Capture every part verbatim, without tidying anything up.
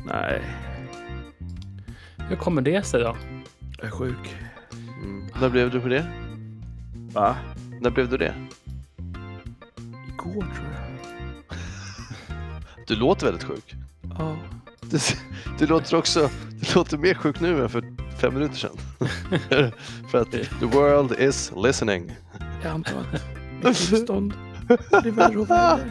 Nej. Hur kommer det sig då? Jag är sjuk. Mm. När blev du på det? Va? När blev du det? Igår tror jag. Du låter väldigt sjuk. Ja. Du, du låter också du låter mer sjuk nu än för fem minuter sedan. För att the world is listening. Jag antar att mitt tillstånd blir värre och värre.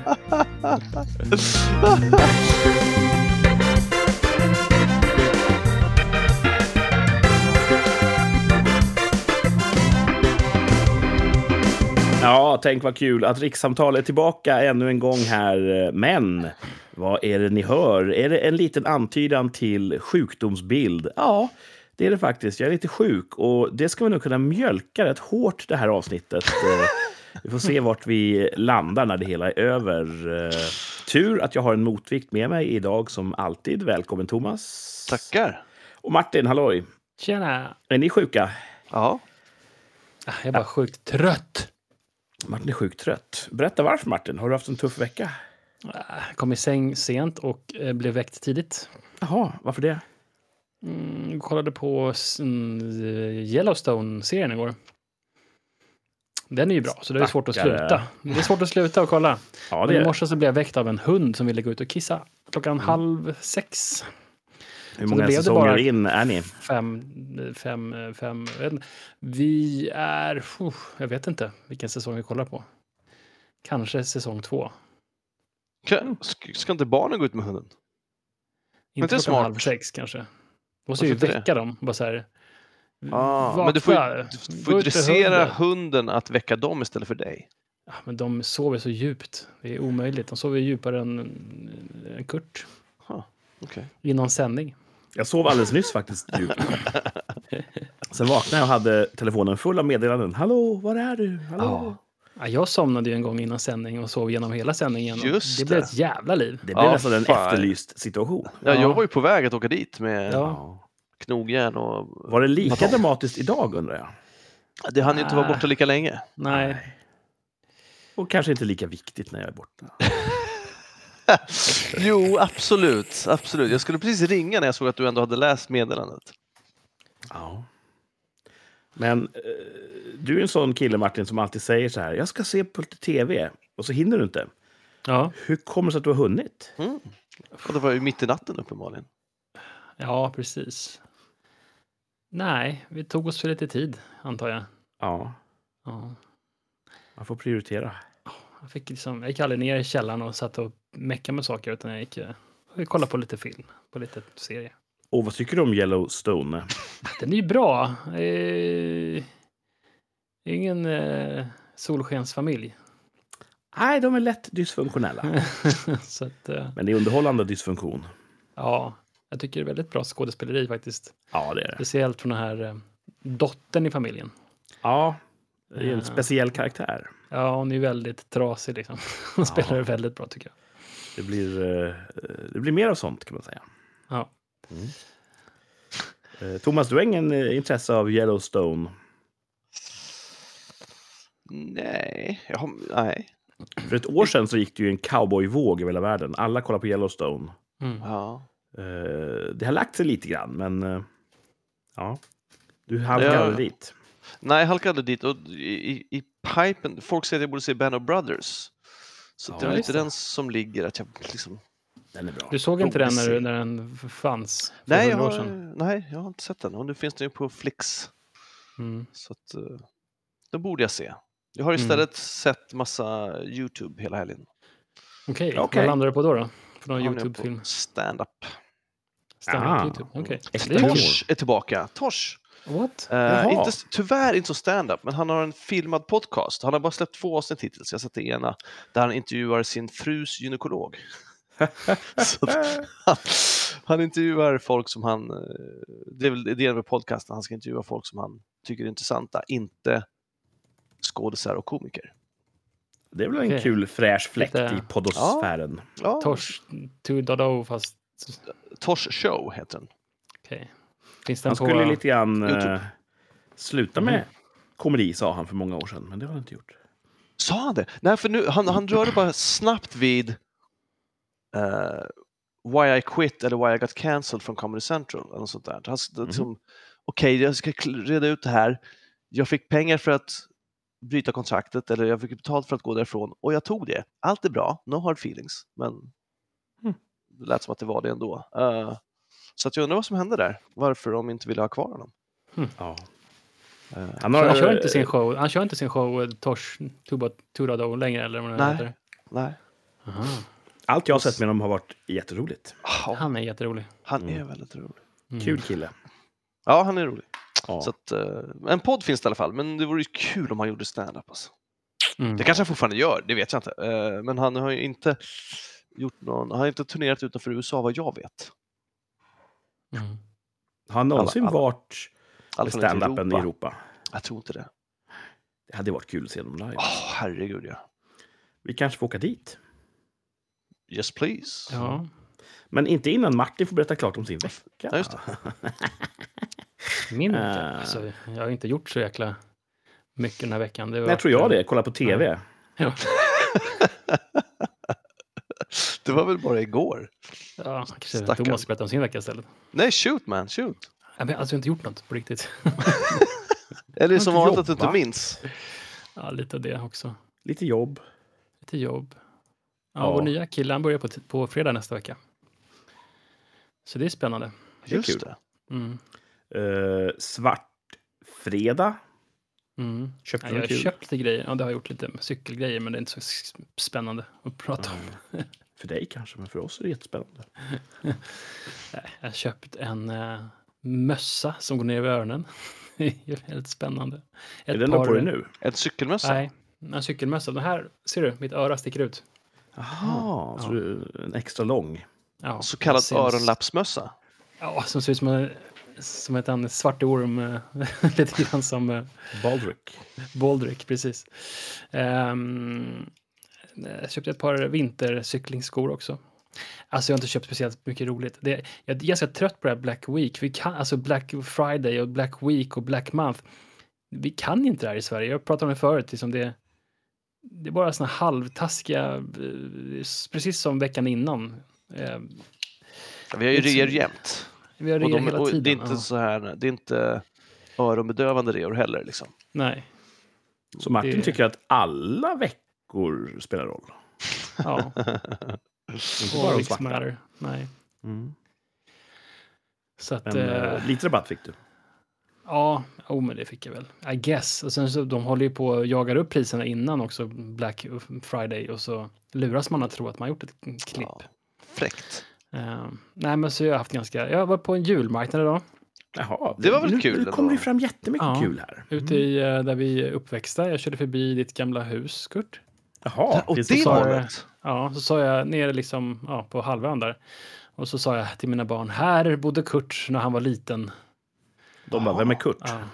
Ja, tänk vad kul att Rikssamtal är tillbaka ännu en gång här. Men vad är det ni hör? Är det en liten antydan till sjukdomsbild? Ja, det är det faktiskt. Jag är lite sjuk och det ska vi nog kunna mjölka rätt hårt det här avsnittet. Vi får se vart vi landar när det hela är över. Tur att jag har en motvikt med mig idag som alltid. Välkommen Thomas. Tackar. Och Martin, halloj. Tjena. Är ni sjuka? Ja. Jag är bara sjukt trött. Martin är sjukt trött. Berätta varför, Martin. Har du haft en tuff vecka? Jag kom i säng sent och blev väckt tidigt. Jaha, varför det? Mm, kollade på Yellowstone-serien igår. Den är ju bra, så det är svårt att sluta. Det är svårt att sluta och kolla. Ja, det Men är i morse så blev jag väckt av en hund som ville gå ut och kissa. Klockan Mm. halv sex. Hur många säsonger in är ni? Fem, fem, fem. Jag vet inte. Vi är, uh, jag vet inte vilken säsong vi kollar på. Kanske säsong två. Ska, ska inte barnen gå ut med hunden? Inte klockan smart. halv sex kanske. Måste ju Varför inte väcka dem. Bara så här, Ah, vakna, men du får ju, du får gå ju ut med dressera hunden. hunden att väcka dem istället för dig. Ja, men de sover så djupt. Det är omöjligt. De sover djupare än, än Kurt. Huh, okay. I någon sändning. Jag sov alldeles nyss faktiskt. Sen vaknade jag och hade telefonen full av meddelanden. Hallå, var är du? Hallå? Ja. Ja, jag somnade ju en gång innan sändning och sov genom hela sändningen. Just det blev det. ett jävla liv. Det blev Ja, nästan en fan. efterlyst situation. Ja, Ja. jag var ju på väg att åka dit med Ja. knogjärn och... Var det lika Baton. dramatiskt idag, undrar jag? Det hann ju inte vara Ah. borta lika länge. Nej. Och kanske inte lika viktigt när jag är borta. Jo, absolut. Absolut. Jag skulle precis ringa när jag såg att du ändå hade läst meddelandet. Ja. Men eh, du är en sån kille, Martin, som alltid säger så här. Jag ska se på lite tv. Och så hinner du inte. Ja. Hur kommer det sig att du har hunnit? Mm. Och det var ju mitt i natten uppenbarligen. Ja, precis. Nej, vi tog oss för lite tid, antar jag. Ja, Ja. man får prioritera. Jag, fick liksom, jag gick aldrig ner i källaren och satt och meckade med saker, utan jag gick och kollade på lite film, på lite serie. Och vad tycker du om Yellowstone? Den är ju bra. Eh, ingen eh, solskensfamilj. Nej, de är lätt dysfunktionella. Så att, eh, Men det är underhållande dysfunktion. ja, jag tycker det är väldigt bra skådespeleri faktiskt. Ja, det är det. Speciellt från den här eh, dottern i familjen. Ja, det är en Ja. speciell karaktär. Ja, hon är väldigt trasig liksom. Hon spelar det väldigt bra tycker jag. Det blir, eh, det blir mer av sånt, kan man säga. Ja. Mm. Eh, Thomas, du har ingen eh, intresse av Yellowstone? Nej, jag har, nej. För ett år sedan så gick det ju en cowboyvåg över hela världen. Alla kollar på Yellowstone. Mm. Ja. Eh, det har lagt sig lite grann, men eh, ja, du halkade Ja. aldrig dit. Nej, jag halkade dit och i, i, i pipen, folk säger att jag borde se Band of Brothers. Så Ja, det är just lite det. den som ligger att jag liksom... Den är bra. Du såg inte den Borde när, se. när den fanns för Nej jag, hundra år har, sedan? nej, jag har inte sett den och nu finns den ju på Flix. Mm. Så att, eh, då borde jag se. Jag har Mm. istället sett massa YouTube hela helgen. Okej, Okej. vad landar du på då? då? För någon Har ni YouTube-film? på stand-up. Stand-up Ah. YouTube? Okej. Äkta Det är kul. Tors är tillbaka. Tors. What? Eh, Jaha. inte, tyvärr inte så stand-up, men han har en filmad podcast. Han har bara släppt två avsnitt hittills. Jag har sett det ena där han intervjuar sin frus gynekolog. Så att han, han intervjuar folk som han... eh, Det är väl det med podcasten. Han ska intervjua folk som han tycker är intressanta, inte skådespelare och komiker. Det är väl en Okej. kul fräsch fläkt Lite- i poddosfären. Ja, Tors två punkt noll fast... Tors show heter den. Okej. Finns den Han på... skulle ju lite grann eh, YouTube. sluta med komedi, sa han för många år sedan. Men det har han inte gjort. Sa han det? Nej, för nu, han, han rörde bara snabbt vid eh, Why I Quit eller Why I Got Cancelled från Comedy Central. Eller något sånt där. Han, mm. liksom, okej, okay, jag ska reda ut det här. Jag fick pengar för att bryta kontraktet eller jag fick betalt för att gå därifrån och jag tog det. Allt är bra, no hard feelings. Men mm. det lät som att det var det ändå. Uh, så att jag undrar vad som hände där. Varför de inte ville ha kvar honom. Mm. Ja. Uh, han, har, han kör inte sin show. Han kör inte sin show Tors Turado längre eller vad det nej, heter. Nej. Aha. Allt jag har sett med dem har varit jätteroligt. Oh. Han är jätterolig. Han är mm. väldigt rolig. Mm. Kul kille. Ja, han är rolig. Ja. Så att, uh, en podd finns det i alla fall, men det vore ju kul om han gjorde stand-up. Alltså. Mm. Det kanske han fortfarande gör, det vet jag inte. Uh, men han har ju inte gjort någon, han har inte turnerat utanför U S A vad jag vet. Mm. Har han någonsin alla, alla, varit med stand-upen i Europa? Jag tror inte det. Det hade varit kul att se dem live. Oh, herregud, ja. Vi kanske får åka dit. Yes, please. Ja. Men inte innan Martin får berätta klart om sin vecka. Ja, just det. Min vecka? Uh, alltså, jag har inte gjort så jäkla mycket den här veckan. Det var jag tror jag det. Kolla på tv. Ja. Det var väl bara igår. Ja, kanske Thomas berätta om sin vecka istället. Nej, shoot man, shoot. Jag har alltså inte gjort något på riktigt. Eller som vanligt att du inte minns. Ja, lite av det också. Lite jobb. Lite jobb. Ja, ja. Vår nya kille, han börjar på, på fredag nästa vecka. Så det är spännande. Det är Just kul. Det. Mm. Uh, svart fredag. Mm. Köpte ja, jag kul. köpte grejer. Ja, det har jag gjort lite cykelgrejer, men det är inte så spännande att prata om. Mm. För dig kanske, men för oss är det jättespännande. Jag har köpt en uh, mössa som går ner över öronen. Det är väldigt spännande. Ett är den par... på dig nu? En cykelmössa? Nej, en cykelmössa. Den här, ser du, mitt öra sticker ut. Jaha, så ja. En extra lång. Ja, så kallad syns... öronlappsmössa? Ja, som ser ut som en, som ett en svarte orm. Lite grann som... Uh, Baldrick. Baldrick, precis. Um, jag köpte ett par vintercyklingsskor också. Alltså jag har inte köpt speciellt mycket roligt. Det, jag är ganska trött på det här Black Week. Vi kan, alltså Black Friday och Black Week och Black Month. Vi kan inte det här i Sverige. Jag pratade om det förut. Liksom det, det är bara såna halvtaskiga, precis som veckan innan. Vi har ju reor jämt. Vi har reor hela tiden. Det är inte ja. så här, det är inte öronbedövande reor heller liksom. Nej. Så Martin det... tycker att alla veckor spelar roll. Ja. Inte bara de svarta. Nej. Mm. Så att, men, äh, lite rabatt fick du. Ja, oh, men det fick jag väl. I guess. Och sen så, de håller ju på och jagar upp priserna innan också, Black Friday. Och så luras man att tro att man har gjort ett klipp. Ja, fräckt. Uh, nej, men så jag har haft ganska... Jag var på en julmarknad idag. Jaha, det var väl nu, kul. Nu kommer det fram jättemycket ja, kul här. Mm. Ute i, uh, där vi är uppväxta. Jag körde förbi ditt gamla hus, Kurt. Jaha, och det så var jag, ja, så sa jag ner liksom, ja, på halvön där. Och så sa jag till mina barn, här bodde Kurt när han var liten. De bara, vem är Kurt? Ja.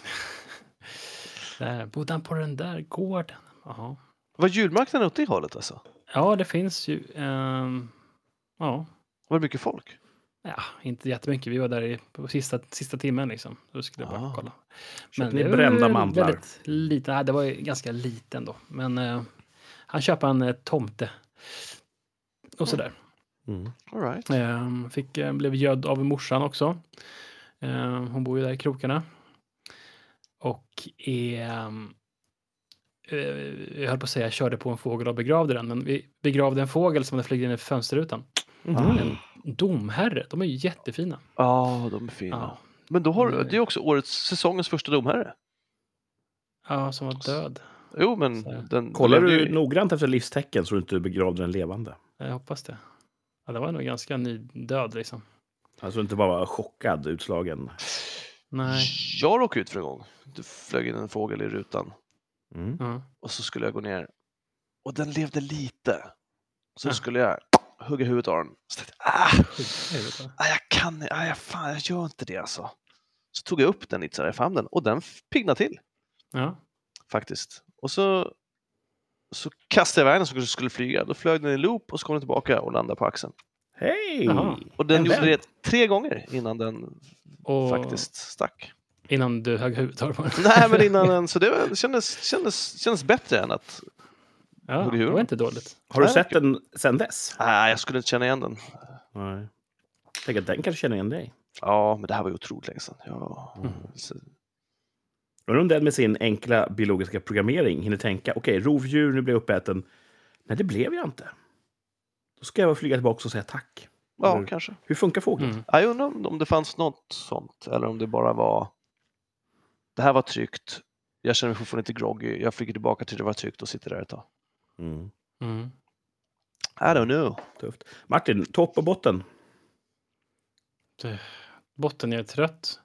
Där bodde han på den där gården. Aha. Var julmarknaden åt det hållet alltså? Ja, det finns ju. Um, ja. Var det mycket folk? Ja, inte jättemycket. Vi var där i, på sista, sista timmen liksom. Då skulle jag bara kolla. Men det brända mandlar. Väldigt liten. Nej, det var ju ganska liten då. Men uh, han köpte en uh, tomte. Och sådär. Mm. All right. Uh, fick, uh, blev gödd av morsan också. Uh, hon bor ju där i krokarna. Och är... Um, uh, jag höll på att säga, jag körde på en fågel och begravde den. Men vi begravde en fågel som hade flugit in i fönsterrutan. Mm. En domherre. De är ju jättefina. Ja, oh, de är fina. Ja. Men då har det är också årets säsongens första domherre. Ja, som var död. Jo, men den, kollar den du ju... noggrant efter livstecken så du inte begravde den levande? Jag hoppas det. Ja, det var nog ganska ny död liksom. Alltså inte bara chockad, utslagen. Nej. Jag råkade ut för en gång. Det flög in en fågel i rutan. Mm. Mm. Och så skulle jag gå ner. Och den levde lite. Så ja. skulle jag hugga huvudet av den. Så tänkte, ah, ah, jag kan ah, jag, fan, jag gör inte det alltså. Så tog jag upp den lite så här i famnen. Och den piggna till. Ja. Faktiskt. Och så, så kastade jag iväg den som skulle flyga. Då flög den i loop och så kom den tillbaka och landade på axeln. Hej! Och den en gjorde vän. det tre gånger innan den och faktiskt stack. Innan du högg huvudet av den? Nej, men innan den. Så det, var, det kändes, kändes, kändes bättre än att ja, det var inte dåligt. Har du Nej, sett den sen dess? Nej, jag skulle inte känna igen den. Nej. Tänk att den kanske känner igen dig. Ja, men det här var ju otroligt länge sedan. Ja. Mm. Så, Undrar om den med sin enkla biologiska programmering hinner tänka, okej, okay, rovdjur, nu blir jag uppäten. Nej, det blev jag inte. Då ska jag flyga tillbaka och säga tack. ja, Eller, kanske. hur funkar fågeln? Mm. Jag undrar om, om det fanns något sånt, eller om det bara var det här var tryggt. Jag känner mig fortfarande inte groggy. Jag flyger tillbaka till det var tryggt och sitter där ett tag. Mm. Mm. I don't know. Tufft. Martin, topp och botten? Det, botten, jag är trött.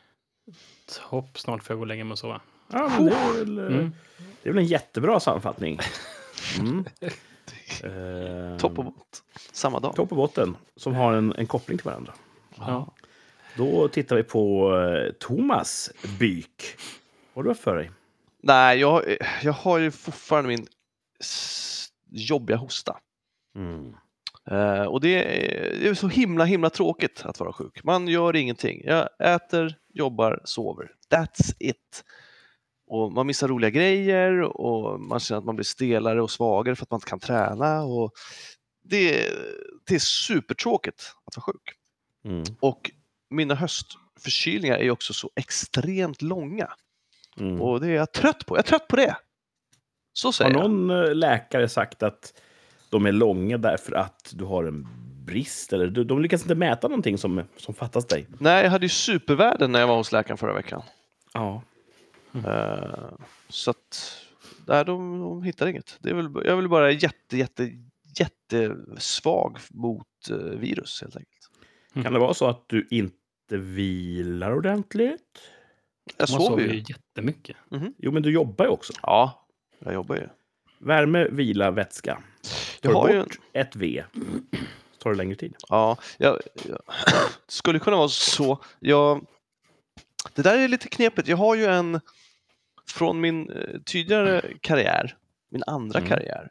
Topp, snart får jag gå och lägga mig och sova. Ja, men det, är väl, Mm. det är väl en jättebra sammanfattning. Mm. Eh, Topp och bott. Samma dag. topp och botten, som har en, en koppling till varandra. Ja. Då tittar vi på eh, Thomas Byk. Vad har du haft för dig? Nej, jag, jag har ju fortfarande min s- jobbiga hosta. Mm. Eh, och det är, det är så himla, himla tråkigt att vara sjuk. Man gör ingenting. Jag äter, jobbar, sover. That's it. Och man missar roliga grejer och man känner att man blir stelare och svagare för att man inte kan träna. Och det, det är supertråkigt att vara sjuk. Mm. Och mina höstförkylningar är ju också så extremt långa. Mm. Och det är jag trött på. Jag är trött på det. Så Har säger jag. någon eh, läkare sagt att de är långa därför att du har en brist? Eller de, de lyckas inte mäta någonting som, som fattas dig? Nej, jag hade ju supervärden när jag var hos läkaren förra veckan. Ja. Uh, så att nej, de, de hittar inget. Det är väl, jag vill bara jätte, jätte, jättesvag mot uh, virus helt enkelt. Mm. Kan det vara så att du inte vilar ordentligt? Jag Man sover sover ju. ju jättemycket. Jo, men du jobbar ju också. Ja, jag jobbar ju. Värme, vila, vätska. Jag Tar har du ju bort ett V, så tar det längre tid. Ja, jag, jag skulle kunna vara så. Jag, det där är lite knepigt. Jag har ju en från min eh, tidigare karriär, min andra Mm. karriär,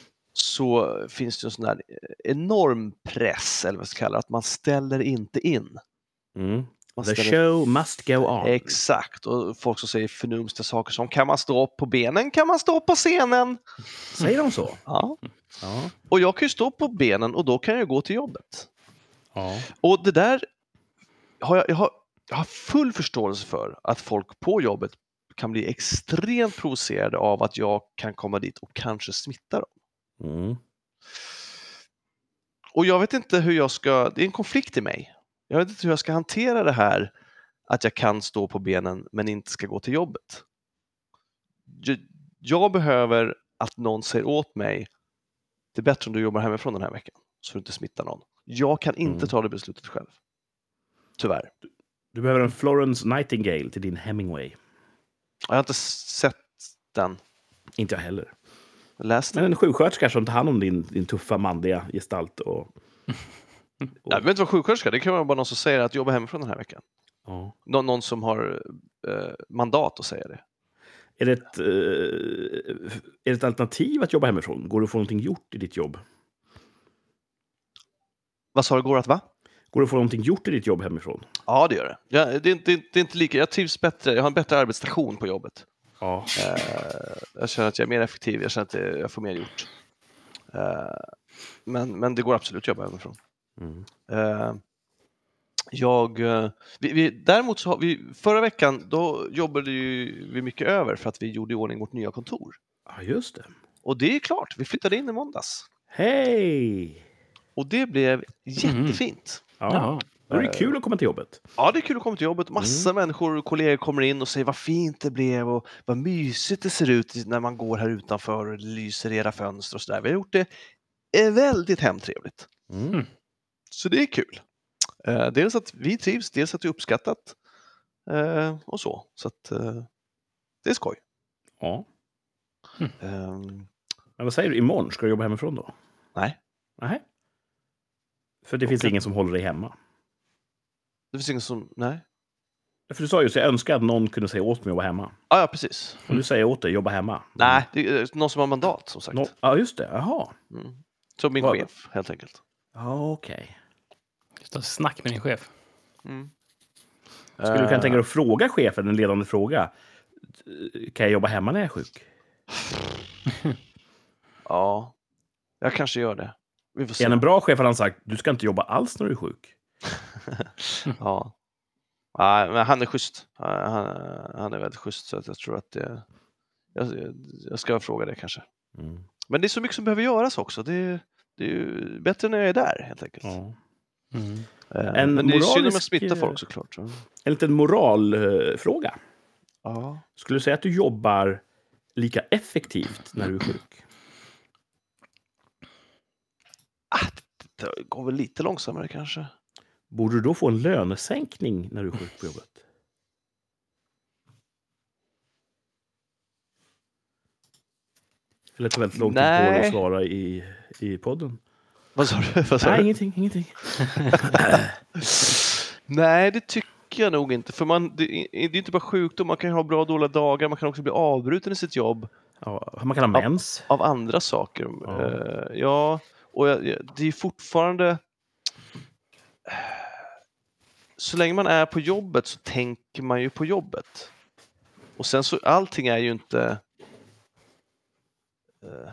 så finns det en sån där enorm press, eller vad ska jag kalla det, att man ställer inte in. Mm. Man The ställer, show must go on. exakt, och folk som säger förnumstiga saker som kan man stå på benen, kan man stå på scenen. Säger de så? Ja. Ja. Och jag kan ju stå på benen och då kan jag gå till jobbet. Ja. Och det där har jag, jag, har, jag har full förståelse för att folk på jobbet kan bli extremt provocerade av att jag kan komma dit och kanske smitta dem. Mm. Och jag vet inte hur jag ska, det är en konflikt i mig. Jag vet inte hur jag ska hantera det här att jag kan stå på benen men inte ska gå till jobbet. Jag, jag behöver att någon säger åt mig, det är bättre om du jobbar hemifrån den här veckan så du inte smittar någon. Jag kan inte Mm. ta det beslutet själv. Tyvärr. Du behöver en Florence Nightingale till din Hemingway. Jag har inte sett den. Inte jag heller. Läst den. Men en sjuksköterska som tar hand om din, din tuffa manliga gestalt. Och, och, Jag behöver inte vara sjuksköterska, det kan vara bara någon som säger att jobba hemifrån den här veckan. ja. Nå- någon som har eh, mandat att säga det. Är det, ett, eh, är det ett alternativ att jobba hemifrån? Går det att få någonting gjort i ditt jobb? Vad sa du, går att va? Går det att få någonting gjort i ditt jobb hemifrån? Ja, det gör det. Ja, det, är inte, det är inte lika, jag trivs bättre, jag har en bättre arbetsstation på jobbet. Ja. Eh, jag känner att jag är mer effektiv, jag känner att det- jag får mer gjort. Eh, men, men det går absolut att jobba hemifrån. Mm. Eh, jag, eh, vi, vi, däremot så har vi, förra veckan då jobbade ju vi mycket över för att vi gjorde i ordning vårt nya kontor. Ja, just det. Och det är klart, vi flyttade in i måndags. Hej! Och det blev jättefint. Ja. Jaha. Då är det kul att komma till jobbet. Ja, det är kul att komma till jobbet. Massa människor och kollegor kommer in och säger vad fint det blev och vad mysigt det ser ut när man går här utanför och det lyser i era fönster och sådär. Vi har gjort det är väldigt hemtrevligt. Mm. Så det är kul. Eh, dels att vi trivs, dels att det är uppskattat eh, och så. Så att eh, det är skoj. Ja. Eh, Men vad säger du? Imorgon ska du jobba hemifrån då? nej, Nej. För det finns Okej. ingen som håller dig hemma. det finns ingen som... Nej. För du sa just, jag önskar att någon kunde säga åt mig att jobba hemma. Ah, ja, precis. Och du säger åt dig, jobba hemma. Nej, det är någon som har mandat som sagt. Nå- ja, just det. Jaha. Mm. Som min Vad- chef, helt enkelt. Ja, okej. Just att snack med din chef. Mm. Skulle du kunna tänka dig att fråga chefen en ledande fråga? Kan jag jobba hemma när jag är sjuk? Ja, jag kanske gör det. Vi får Är se. han en bra chef har han sagt, du ska inte jobba alls när du är sjuk. Ja. Ja, men han är schysst. Han, han är väldigt schysst, så att jag tror att det... Jag, jag ska fråga det kanske. Mm. Men det är så mycket som behöver göras också. Det, det är ju bättre när jag är där, helt enkelt. Ja. Mm. Eh, En Men det är synd om jag moralisk, smittar eh, folk såklart. Så. En liten moralfråga. Ja. Skulle du säga att du jobbar lika effektivt när du är sjuk? Ah, det, det går väl lite långsammare kanske. Borde du då få en lönesänkning när du är sjuk på jobbet? Eller tar väldigt lång tid på dig Nej. att svara i, i podden? Vad sa du? Vad sa Nej, du? ingenting, ingenting. Nej, det tycker jag nog inte. För man, det, är- det är inte bara sjukdom, man kan ju ha bra och dåliga dagar, man kan också bli avbruten i sitt jobb Ja, man kan ha mens. av andra saker. Ja. Ja, ja och jag, jag- det är fortfarande... Så länge man är på jobbet så tänker man ju på jobbet. Och sen så, allting är ju inte eh,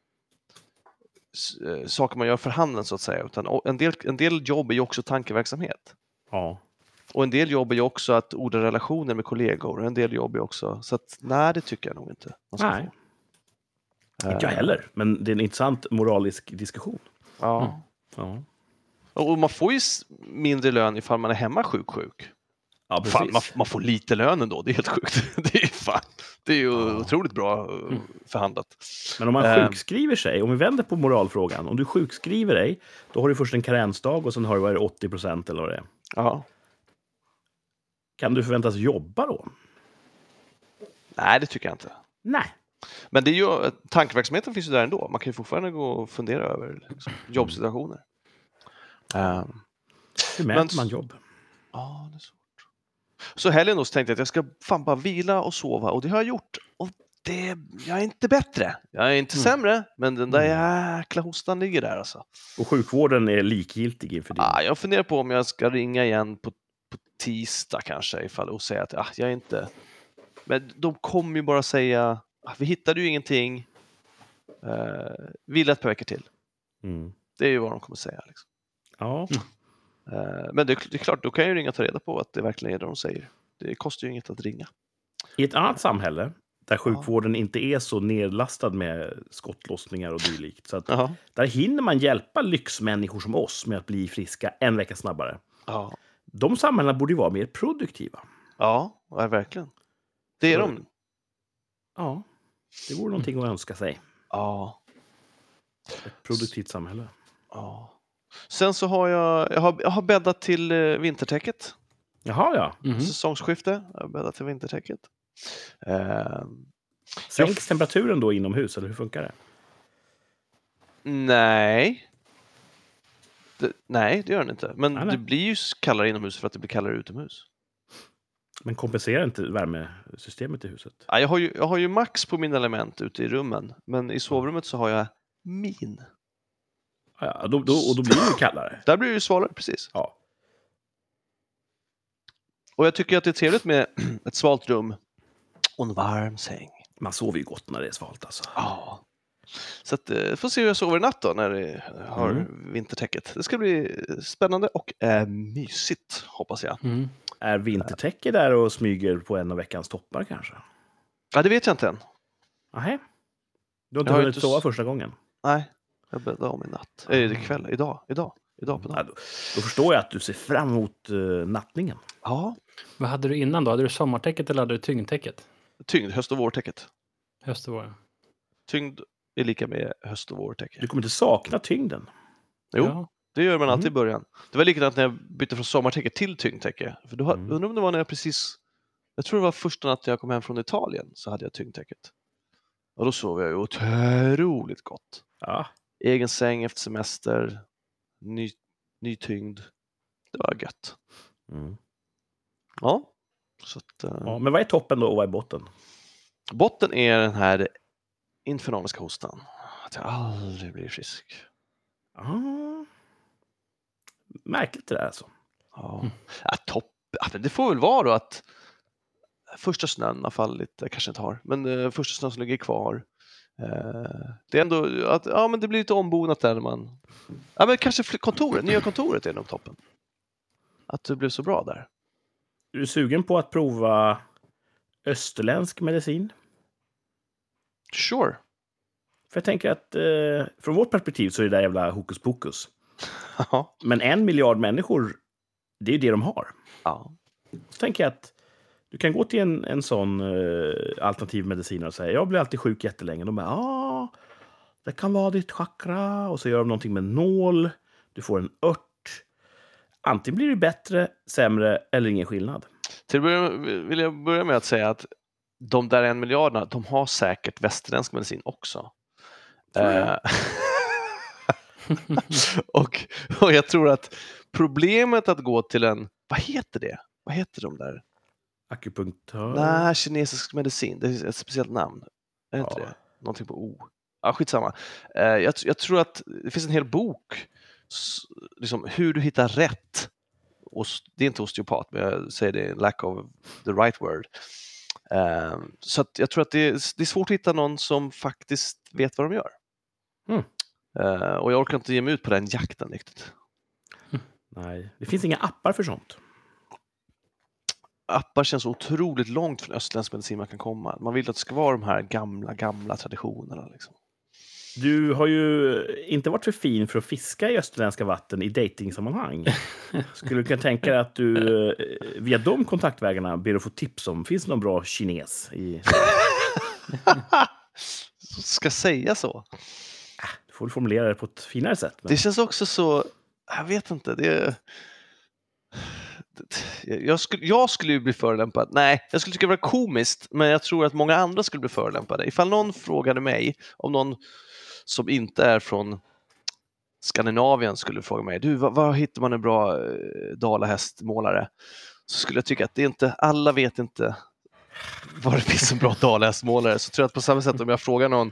s- eh, saker man gör för handen så att säga, utan o- en del, en del jobb är ju också tankeverksamhet. Ja. Och en del jobb är ju också att odla relationer med kollegor. Och en del jobb är också... Så att, nej, det tycker jag nog inte man ska Nej, få. inte jag Eh, heller. Men det är en intressant moralisk diskussion. Ja. Ja, Och man får ju s- mindre lön ifall man är hemma sjuk-sjuk. ja precis. Fan, man, man får lite lön ändå, det är helt sjukt. Det är ju, fan, det är ju Ja. otroligt bra eh, förhandlat. Men om man Ehm. sjukskriver sig, om vi vänder på moralfrågan. Om du sjukskriver dig, då har du först en karensdag och sen har du vad är det, åttio procent eller vad det är. Ja. Kan du förväntas jobba då? Nej, det tycker jag inte. Nej. Men det är ju, tankeverksamheten finns ju där ändå. Man kan ju fortfarande gå och fundera över liksom, jobbsituationer. Ehm, Hur mäter Men- man jobb? Ja, det är svårt. Så helgen då så tänkte jag att jag ska fan bara vila och sova, och det har jag gjort. Och det, jag är inte bättre. Jag är inte Mm. sämre, men den där jäkla hostan ligger där alltså. Och sjukvården är likgiltig inför din... Ah, jag funderar på om jag ska ringa igen på, på tisdag kanske ifall, och säga att ah, jag är inte... Men de kommer ju bara säga, ah, vi hittade ju ingenting, uh, vila ett par veckor till. Mm. Det är ju vad de kommer säga. Liksom. Ja. Eh, men det, är- det är klart, då kan jag ju ringa och ta reda på att det verkligen är det de säger. Det kostar ju inget att ringa. I ett annat samhälle, där sjukvården inte är så nedlastad med skottlossningar och dylikt, så att Jaha. där hinner man hjälpa lyxmänniskor som oss med att bli friska en vecka snabbare. Ja. De samhällena borde ju vara mer produktiva. Ja, ja, verkligen. Det är Så- de. Ja, det vore någonting att önska sig. Ja, Ett produktivt samhälle. ja. Sen så har jag, jag har, jag har bäddat till eh, vintertäcket. Jaha, ja. Mhm. Säsongsskifte. Jag har bäddat till vintertäcket. Eh, Sänks temperaturen då inomhus, eller hur funkar det? nej. Det, nej, det gör den inte. Men Nej, nej. det blir ju kallare inomhus för att det blir kallare utomhus. Men kompenserar inte värmesystemet i huset? Ja, jag, har ju, jag har ju max på mina element ute i rummen. Men i sovrummet så har jag min. Ja, då, då, och då blir det ju kallare. Där blir det ju svalare, precis. Ja. Och jag tycker att det är trevligt med ett svalt rum och en varm säng. Man sover ju gott när det är svalt alltså. Ja. Så att, eh, får se hur jag sover i natt då när det har Mm. vintertäcket. Det ska bli spännande och äh, mysigt, hoppas jag. Mm. Är vintertäcke där och smyger på en av veckans toppar kanske? Ja, det vet jag inte än. Nej. Du har inte Jag har hunnit inte sova s- första gången? Nej, jag bäddar om i natt. Äh, ikväll, idag, idag, idag på Ja, dagen. då, då förstår jag att du ser fram emot uh, nattningen. Ja, Vad hade du innan då? Hade du sommartäcket eller hade du tyngdtäcket? tyngd, höst och vårtäcket. Höst och vår. Tyngd är lika med höst och vårtäcke. Du kommer inte sakna tyngden. Jo, Ja. det gör man alltid Mhm. i början. Det var likadant när jag bytte från sommartäcke till tyngdtäcke. För då, ha- Mm. undrar om det var när jag precis... Jag tror det var första natten jag kom hem från Italien så hade jag tyngdtäcket. Och då sov jag ju otroligt gott. Ja. Egen säng efter semester, ny, ny tyngd. Det var gött. Mm. Ja. Så att, eh, Ja, men vad är toppen då och vad är botten? botten är den här infernaliska hostan. Att jag aldrig blir frisk. Ah. Märkligt det där alltså. Ja. Mm. Ja, topp. Ja, men det får väl vara då att första snön har fallit, jag kanske inte har, men eh, första snön som ligger kvar. Eh, det är ändå att ja, men det blir lite ombonat där när man... Ja, men kanske kontoret, nya kontoret är nog toppen. Att det blev så bra där. Är du sugen på att prova österländsk medicin? Sure. För jag tänker att eh, från vårt perspektiv så är det där jävla hokus pokus. Ja. Men en miljard människor, det är ju det de har. Ja. Så tänker jag att du kan gå till en, en sån eh, alternativ medicin och säga jag blir alltid sjuk jättelänge. De bara, ja, det kan vara ditt chakra. Och så gör de någonting med nål. Du får en ört. Antingen blir det bättre, sämre eller ingen skillnad. Till att börja vill jag börja med att säga att de där en miljarderna, de har säkert västerländsk medicin också. Eh, och, och jag tror att problemet att gå till en, vad heter det? Vad heter de där? Akupunktör. Nej, kinesisk medicin, det är ett speciellt namn. Är det inte Ja. det? Någonting på O. Ja, skitsamma. Eh, jag, jag tror att det finns en hel bok s- liksom, hur du hittar rätt. Ost, det är inte osteopat, men jag säger det lack of the right word. Eh, så att jag tror att det är, det är svårt att hitta någon som faktiskt vet vad de gör. Mm. Eh, och jag orkar inte ge mig ut på den jakten riktigt. Nej, det finns inga appar för sånt. Appar känns så otroligt långt från österländsk medicin man kan komma. Man vill att det ska vara de här gamla, gamla traditionerna. Liksom. Du har ju inte varit för fin för att fiska i österländska vatten i dejtingsammanhang. Skulle du kunna tänka dig att du eh, via de kontaktvägarna ber att få tips om finns det någon bra kines i... Ska säga så. Du får formulera det på ett finare sätt. Men... Det känns också så, jag vet inte, det jag skulle, jag skulle ju bli förolämpad. Nej, jag skulle tycka det var komiskt, men jag tror att många andra skulle bli förolämpade. Ifall någon frågade mig, om någon som inte är från Skandinavien skulle fråga mig, du, var, var hittar man en bra eh, dalahästmålare? Så skulle jag tycka att det är inte, alla vet inte var det finns en bra dalahästmålare. Så tror jag att på samma sätt om jag frågar någon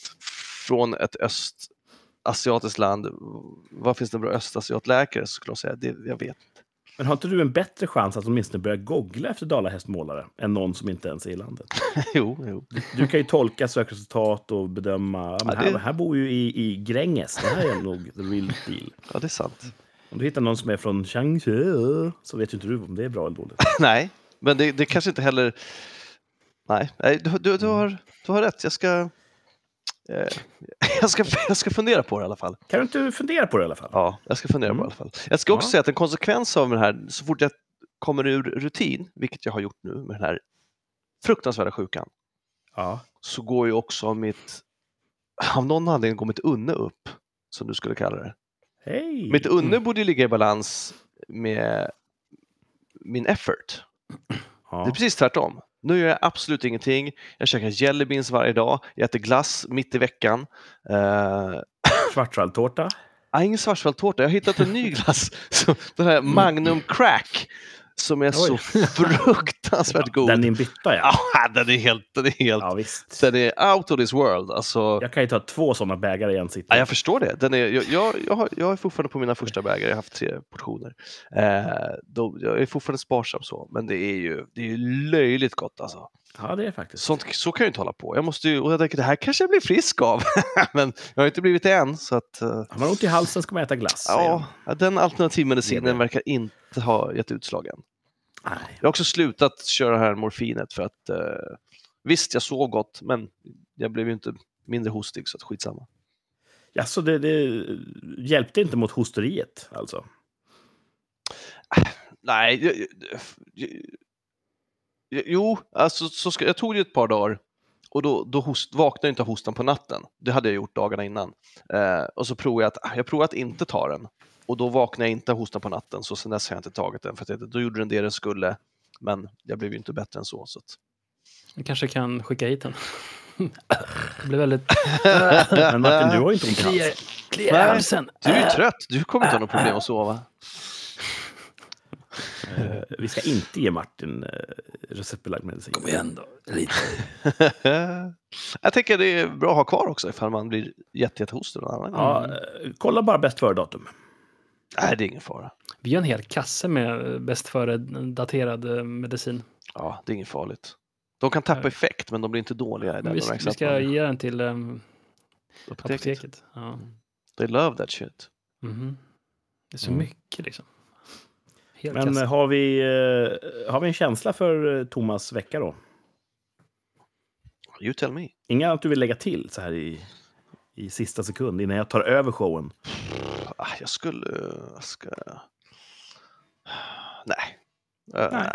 från ett östasiatiskt land, vad finns det en bra östasiatläkare? Så skulle de säga, det, jag vet inte. Men har inte du en bättre chans att åtminstone börja googla efter dalahästmålare än någon som inte ens är i landet? jo, jo. Du kan ju tolka sökresultat och bedöma. Ja, men Ja, det- här, här bor ju i, i Gränges. Det här är nog the real deal. Ja, det är sant. Om du hittar någon som är från Changzhou så vet ju inte du om det är bra eller dåligt. Nej, men det, det kanske inte heller... Nej, nej du, du, du, har, du har rätt. Jag ska, eh, jag, ska, jag ska fundera på det i alla fall. Kan du inte fundera på det i alla fall? Ja, jag ska fundera på det i alla fall. Jag ska också Ja. säga att en konsekvens av det här, så fort jag kommer ur rutin, vilket jag har gjort nu med den här fruktansvärda sjukan, Ja. så går ju också mitt, av någon anledning går mitt unne upp, som du skulle kalla det. Hej! Mitt unne borde ligga i balans med min effort. Ja. Det är precis tvärtom. Nu gör jag absolut ingenting. Jag käkar jelly beans varje dag. Jag äter glass mitt i veckan. Uh, Schwarzwaldtårta. jag ingen svartsvalltårta. Jag har hittat en ny glass. Så, den här Magnum Crack. Som är Oj. så fruktansvärt god. Den i en bytta, ja. Ja, den är helt... Den är, helt Ja, visst. den är out of this world. Alltså, Jag kan ju ta två sådana bägare i en sittning. ja, jag förstår det. Den är, jag, jag, jag, har, jag är fortfarande på mina första bägare. Jag har haft tre portioner. Eh, då, jag är fortfarande sparsam så. Men det är ju, det är ju löjligt gott alltså. Ja, det är faktiskt. Sånt, så kan jag inte hålla på. Jag måste ju, och jag tänker, det här kanske jag blir frisk av. Men jag har inte blivit det än. Så att, uh, Har man ont i halsen ska man äta glass. säger ja, de. den alternativmedicinen Det är det. verkar inte ha gett utslag än. Nej. Jag har också slutat köra det här morfinet för att uh, visst, jag sov gott, men jag blev ju inte mindre hostig, så att skitsamma. Ja, så det, det hjälpte inte mot hosteriet, alltså? Nej, jag, jag, jag, jo, alltså så ska, jag tog det ett par dagar och då, då host, vaknade jag inte av hostan på natten. Det hade jag gjort dagarna innan. Eh, och så provade jag att jag provade att inte ta den. Och då vaknade jag inte av hostan på natten, så sen dess har jag inte tagit den. För att jag, då gjorde den det den skulle, men jag blev ju inte bättre än så. så att... Jag kanske kan skicka hit den. Det blir väldigt... Men Martin, du har ju inte ont i Kliar, halsen. kliar i Nej. halsen. Du är ju trött, du kommer inte ha något problem att sova. Eh, vi ska inte ge Martin eh, receptbelagd medicin. Kom igen då, lite. Jag tänker det är bra att ha kvar också ifall man blir jätte, jätte hostig någon annan gång. Ja, eh, kolla bara bäst före-datum. Nej, det är ingen fara. Vi har en hel kasse med bäst före daterad eh, medicin. Ja, det är inget farligt. De kan tappa effekt, men de blir inte dåliga i den. Vi, De ska- märks vi att ska man- ge den till um, apoteket. apoteket. Ja. They love that shit. Mhm. Det är så Mm. mycket liksom. Helt Men kast. eh, har vi, eh, har vi en känsla för eh, Thomas vecka då? You tell me. Inga att du vill lägga till så här i, i sista sekund innan jag tar över showen? Ah, jag skulle... Jag ska... Nej. Eh, Nej.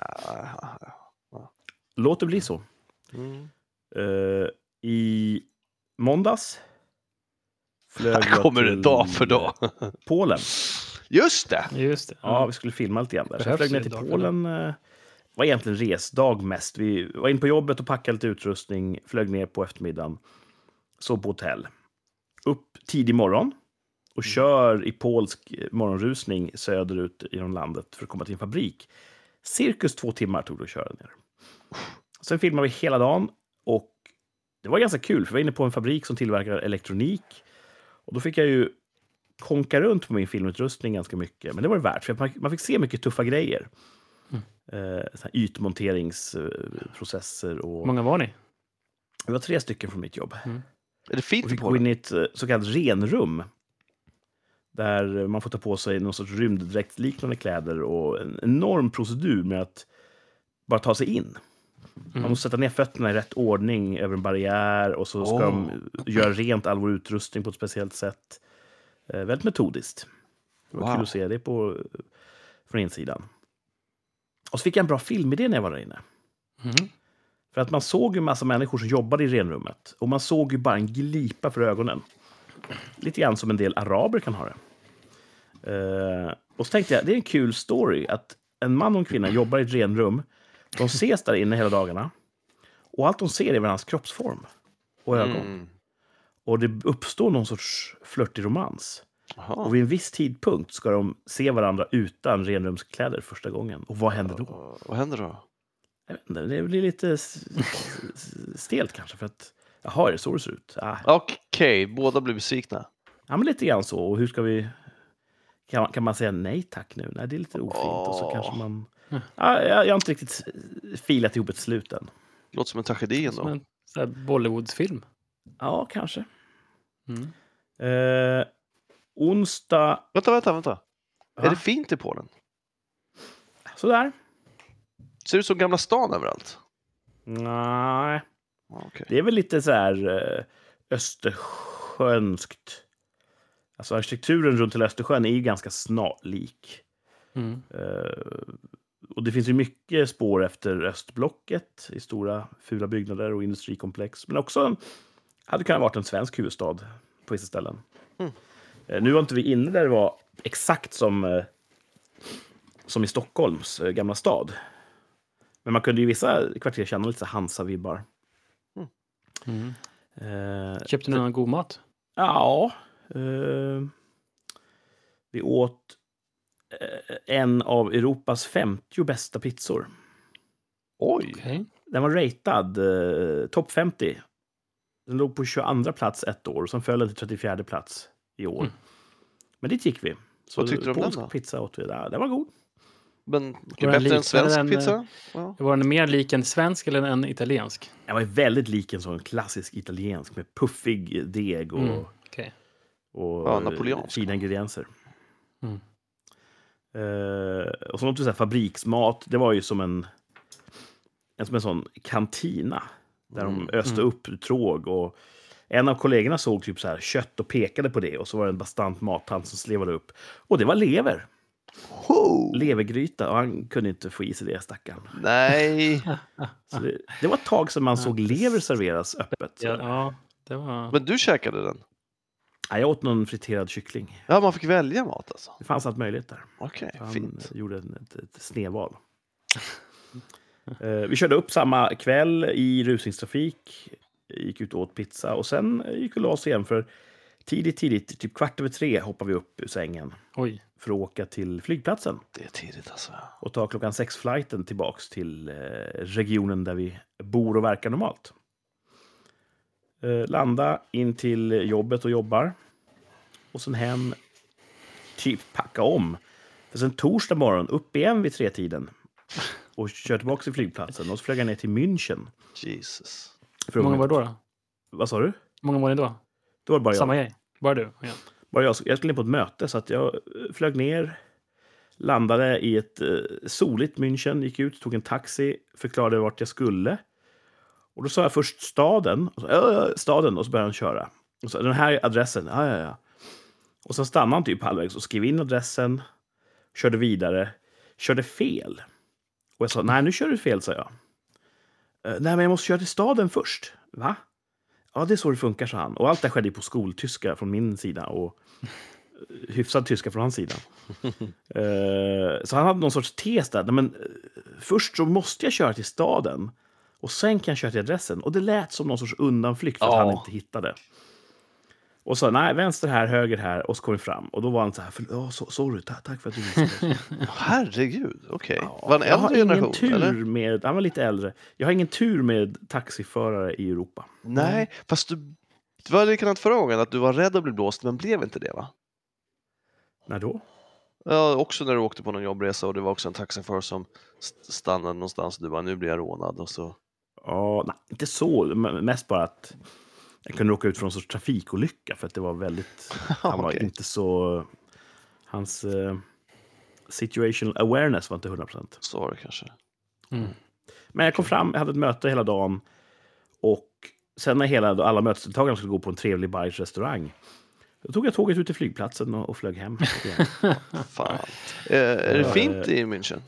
Låt det bli så. Mm. Eh, I måndags flög jag Kommer det till dag för dag. Polen. Just det! Just det. Ja, vi skulle filma lite grann där. Så jag Behövs flög ner ju till dag för Polen. eh, var egentligen resdag mest. Vi var in på jobbet och packade lite utrustning. Flög ner på eftermiddagen. Sov på hotell. Upp tidig morgon. Och kör i polsk morgonrusning söderut genom landet för att komma till en fabrik. Cirkus två timmar tog det att köra ner. Sen filmade vi hela dagen. Och det var ganska kul, för vi var inne på en fabrik som tillverkar elektronik. Och då fick jag ju konka runt på min filmutrustning ganska mycket. Men det var det värt, för man, man fick se mycket tuffa grejer. Mm. Eh, så här ytmonteringsprocesser. Och... Hur många var ni? Vi var tre stycken från mitt jobb. Är det fint Och i fick gå Polen? in i ett eh, så kallat renrum. Där man får ta på sig någon sorts rymddräktliknande kläder. Och en enorm procedur med att bara ta sig in. Man Mm. måste sätta ner fötterna i rätt ordning över en barriär. Och så ska Åh. de göra rent all vår utrustning på ett speciellt sätt. Eh, väldigt metodiskt. Det var Wow. kul att se det på, från insidan. Och så fick jag en bra filmidé när jag var där inne. Mhm. För att man såg ju en massa människor som jobbade i renrummet. Och man såg ju bara en glipa för ögonen. Lite grann som en del araber kan ha det. Eh, och så tänkte jag, det är en kul story. Att en man och en kvinna jobbar i ett renrum. De ses där inne hela dagarna. Och allt de ser är varandras kroppsform. Och ögon. Mm. Och det uppstår någon sorts flörtig romans. Jaha. Och vid en viss tidpunkt ska de se varandra utan renrumskläder första gången. Och vad händer då? Uh, vad händer då? Jag vet inte, det blir lite s- s- stelt kanske. För att, jaha, är det så det ser ut? Ah. Okej, båda blir besvikna. Ja, men lite grann så. Och hur ska vi... Kan man, kan man säga nej tack nu? Nej, det är lite ofint. Och så Åh. kanske man... Ja, jag, jag har inte riktigt filat ihop ett slut än. Låter som en tragedi Som ändå. en så här Bollywood-film. Ja, kanske. Mm. Eh, onsdag... Vänta, vänta, vänta. Va? Är det fint i Polen? Sådär. Ser det ut som Gamla stan överallt? Nej. Ja, okej. Det är väl lite så här eh, österskönskt. Alltså arkitekturen runt hela Östersjön är ju ganska snarlik. Mm. Eh, och det finns ju mycket spår efter östblocket i stora fula byggnader och industrikomplex. Men också hade kunnat varit en svensk huvudstad på vissa ställen. Mm. Eh, nu var inte vi inne där det var exakt som, eh, som i Stockholms eh, gamla stad. Men man kunde i vissa kvarter känna lite så Hansa-vibbar. Mm. Eh, Köpte ni någon god mat? Ja. Eh, vi åt eh, en av Europas femtio bästa pizzor. Oj! Okej. Den var ratad eh, topp femtio. Den låg på tjugoandra plats ett år och sen föll den till trettiofjärde plats i år. Mm. Men dit gick vi. Så Vad tyckte du om den polsk då? pizza åt vi. Ja, den var god. Men Var bättre den lik- än svensk var den, pizza? Ja. Var den mer lik en svensk eller en italiensk? Den var väldigt lik en sån klassisk italiensk med puffig deg och, Mm. Okej. och Ja, eh, napoleansk. fina ingredienser. Mm. Eh, och så något så här fabriksmat. Det var ju som en, en, som en sån kantina. Där Mm. de öste Mm. upp tråg. Och en av kollegorna såg typ så här kött och pekade på det. Och så var det en bastant mattant som slevade upp. Och det var lever. Ho! Levergryta. Och han kunde inte få i sig det, stackaren. Nej! Så det, det var ett tag som man såg lever serveras öppet. Ja, ja, det var... Men du käkade den? Ja, jag åt någon friterad kyckling. Ja, man fick välja mat alltså? Det fanns allt möjligt där. Okej, Han fint. gjorde en- ett, ett snedval. Eh, vi körde upp samma kväll i rusningstrafik. Gick ut och åt pizza. Och sen gick vi och la oss igen. För tidigt, tidigt, typ kvart över tre hoppade vi upp ur sängen. Oj. För att åka till flygplatsen. Det är tidigt alltså. Och ta klockan sex-flighten tillbaks till eh, regionen där vi bor och verkar normalt. Eh, landa in till jobbet och jobbar. Och sen hem, typ packa om. För sen torsdag morgon, upp igen vid tre tiden. och körde tillbaka till flygplatsen. Och så flög jag ner till München. Jesus. Hur många var det då? då? Vad sa du? Hur många var det då? Då var det bara jag. Samma grej? Bara du? Ja. Bara jag, jag skulle ner på ett möte, så att jag flög ner, landade i ett eh, soligt München, gick ut, tog en taxi, förklarade vart jag skulle. Och då sa jag först staden, och så, äh, staden, och så började han köra. Och så, den här adressen, ja, ja, ja. Och så stannade han typ halvvägs och skrev in adressen, körde vidare, körde fel. Och jag sa, nej, nu kör du fel, sa jag. Eh, nej, men jag måste köra till staden först. Va? Ja, det är så det funkar, sa han. Och allt det skedde på skoltyska från min sida och hyfsad tyska från hans sida. uh, så han hade någon sorts tes där. Nej, men, uh, först så måste jag köra till staden och sen kan jag köra till adressen. Och det lät som någon sorts undanflykt för att Ja. han inte hittade. Och så, nej, vänster här, höger här, och så kom vi fram. Och då var han så här, för, oh, so, sorry, ta, tack för att du visste. Herregud, okej. Ja, Var han jag har äldre ingen generation, tur eller? med, han var lite äldre. Jag har ingen tur med taxiförare i Europa. Nej, fast du, det var likadant förra gången, att du var rädd att bli blåst, men blev inte det, va? När då? Ja, också när du åkte på någon jobbresa och det var också en taxiförare som st- stannade någonstans och du bara, nu blir jag rånad och så. Ja, nej, inte så. M- Mest bara att jag kunde råka ut för någon sorts trafikolycka för att det var väldigt... Han var Okej. inte så... Hans eh, situational awareness var inte hundra procent. Så var det kanske. Mm. Men jag kom fram, jag hade ett möte hela dagen och sen när hela, alla mötesdeltagarna skulle gå på en trevlig bayerisk restaurang, då tog jag tåget ut till flygplatsen och, och flög hem. Fan. Eh, är det fint i München?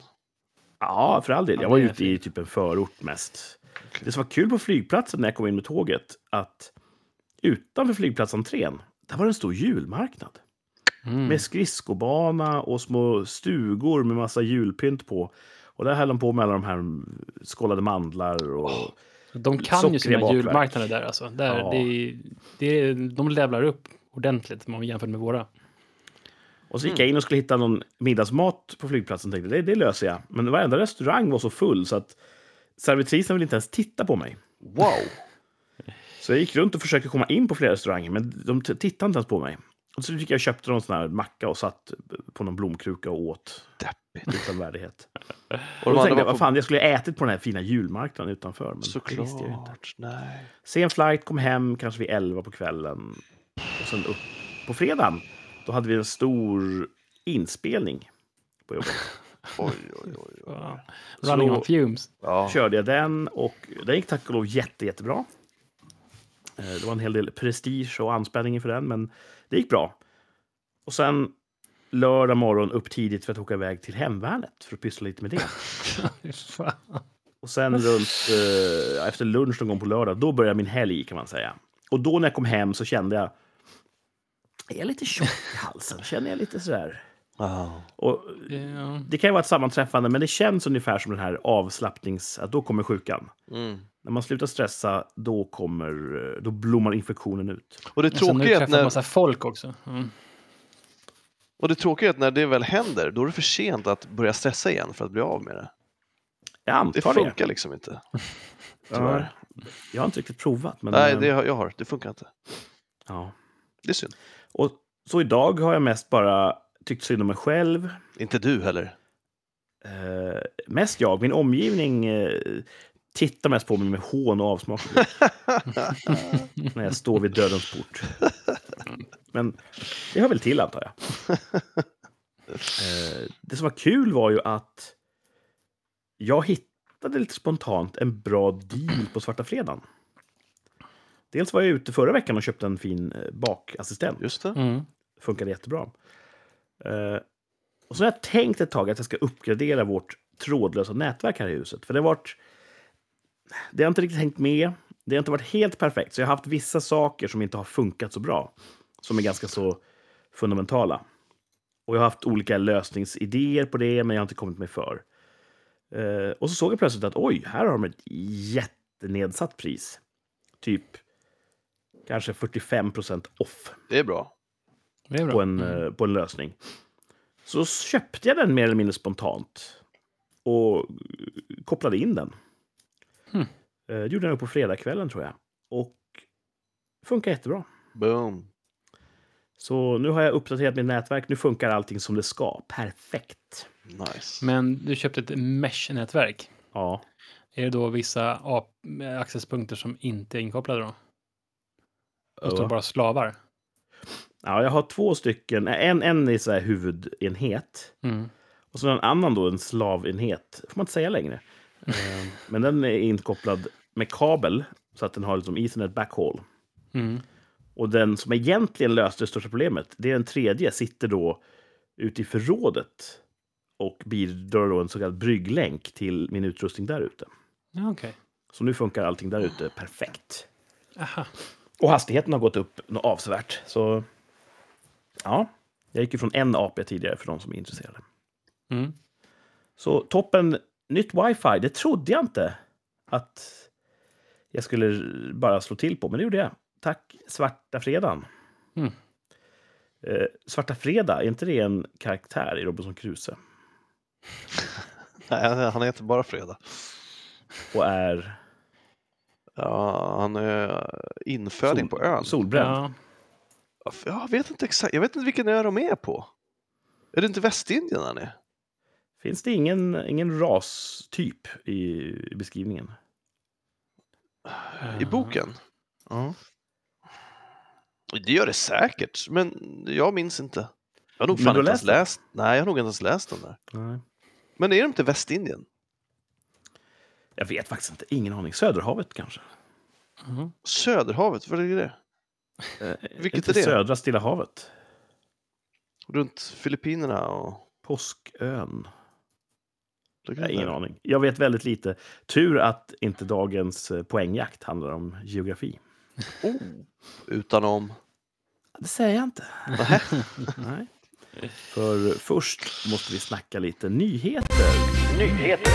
Ja, för all del. Ja, Jag var det är ute i fint. typ en förort mest. Okej. Det som var kul på flygplatsen när jag kom in med tåget, att utanför flygplatsentrén, där var det en stor julmarknad. Mm. Med skridskobana och små stugor med massa julpynt på. Och där höll de på med alla de här skållade mandlar och... De kan ju sockriga sina bakverk. julmarknader där alltså. Där, Ja. det, det, de levlar upp ordentligt om man jämför med våra. Och så gick jag in och skulle hitta någon middagsmat på flygplatsen och tänkte, det, det löser jag. Men varenda restaurang var så full så att servitrisen ville inte ens titta på mig. Wow! Så jag gick runt och försökte komma in på flera restauranger, men de t- tittade inte ens på mig. Och så fick jag köpte någon sån här macka och satt på någon blomkruka och åt Deppigt. utan värdighet. Och Och de då andra tänkte jag, var vad på... fan, jag skulle ha ätit på den här fina julmarknaden utanför. Men det visste jag ju inte. Såklart, nej. Sen flight, kom hem kanske vid elva på kvällen. Och sen upp på fredagen, då hade vi en stor inspelning på jobbet. Oj, oj, oj. oj. Ja. Running Så- on fumes. Ja. Körde jag den och den gick tack och lov jätte, jättebra. Eh, Det var en hel del prestige och anspänning inför den, men det gick bra. Och sen lördag morgon upp tidigt för att åka iväg till hemvärnet för att pyssla lite med det. Fan. Och sen runt eh, efter lunch någon gång på lördag, då började min helg kan man säga. Och då när jag kom hem så kände jag, är jag lite tjock i halsen? Känner jag lite sådär? Wow. Och Ja. det kan ju vara ett sammanträffande, men det känns ungefär som den här avslappnings... Att då kommer sjukan. Mm. När man slutar stressa, då, kommer, då blommar infektionen ut. Och det Och sen nu tråkiga är träffar att man när... massa folk också. Mm. Och det tråkiga är att när det väl händer, då är det för sent att börja stressa igen för att bli av med det. Jag Det antar det. funkar liksom inte. Ja, Tyvärr. jag har inte riktigt provat. Men, Nej, eh, det har jag har. Det funkar inte. ja. Det är synd. Och så idag har jag mest bara tyckt synd om mig själv. Inte du heller. Eh, mest jag. Min omgivning eh, tittar mest på mig med hån och avsmak. När jag står vid dödens port. Men det hör väl till, antar jag. Eh, det som var kul var ju att jag hittade lite spontant en bra deal på Svarta fredagen. Dels var jag ute förra veckan och köpte en fin eh, bakassistent. Just det. Mm. Funkade jättebra. Eh, och så har jag tänkt ett tag att jag ska uppgradera vårt trådlösa nätverk här i huset. För det har varit... Det har inte riktigt hängt med. Det har inte varit helt perfekt. Så jag har haft vissa saker som inte har funkat så bra. Som är ganska så fundamentala. Och jag har haft olika lösningsidéer på det, men jag har inte kommit mig för. Eh, och så såg jag plötsligt att oj, här har de ett jättenedsatt pris. Typ kanske fyrtiofem procent off Det är bra. Det är bra. på en, Mm. eh, på en lösning. Så köpte jag den mer eller mindre spontant. Och kopplade in den. Hmm. Eh, gjorde den upp på fredagskvällen tror jag. Och funkar jättebra. Boom. Så nu har jag uppdaterat mitt nätverk. Nu funkar allting som det ska. Perfekt. Nice. Men du köpte ett mesh-nätverk. Ja. Är det då vissa A- accesspunkter som inte är inkopplade då? Och står Ja. bara slavar? Ja, jag har två stycken. En, en är så här huvudenhet. Mm. Och så en annan då, en slavenhet. Får man inte säga längre. Eh, Men den är inkopplad med kabel. Så att den har liksom Ethernet backhaul. Mm. Och den som egentligen löste det största problemet, det är den tredje, sitter då ute i förrådet. Och bidrar då en så kallad brygglänk till min utrustning där ute. Ja, okej. Så nu funkar allting där ute perfekt. Aha. Och hastigheten har gått upp något avsevärt. Så ja, jag gick ju från en A P tidigare för de som är intresserade. Mm. Så toppen, nytt wifi, det trodde jag inte att jag skulle bara slå till på, men det gjorde jag. Tack Svarta Fredagen. Mm. Eh, Svarta Fredag, är inte det en karaktär i Robinson Crusoe? Nej, han heter bara Fredag. Och är Ja, han är inföding sol- på ön. solbränd. Ja. Jag vet inte exakt, jag vet inte vilken ö de är på. Är det inte Västindien han är? Finns det ingen, ingen rastyp i, i beskrivningen? I boken? Ja. Det gör det säkert, men jag minns inte. Jag har nog Men fan du inte har ens läst den? läst. Nej, jag har nog inte ens läst den där. Nej. Men är det inte Västindien? Jag vet faktiskt inte. Ingen aning. Söderhavet kanske? Mm. Söderhavet, vad är det? Eh, Vilket inte är det? Södra Stilla havet. Runt Filippinerna och... Påskön. Ligger Nej, det ingen där? aning. Jag vet väldigt lite. Tur att inte dagens eh, poängjakt handlar om geografi. Oh, utan om... Det säger jag inte. Nähä. Nej. För först måste vi snacka lite nyheter. Nyheter!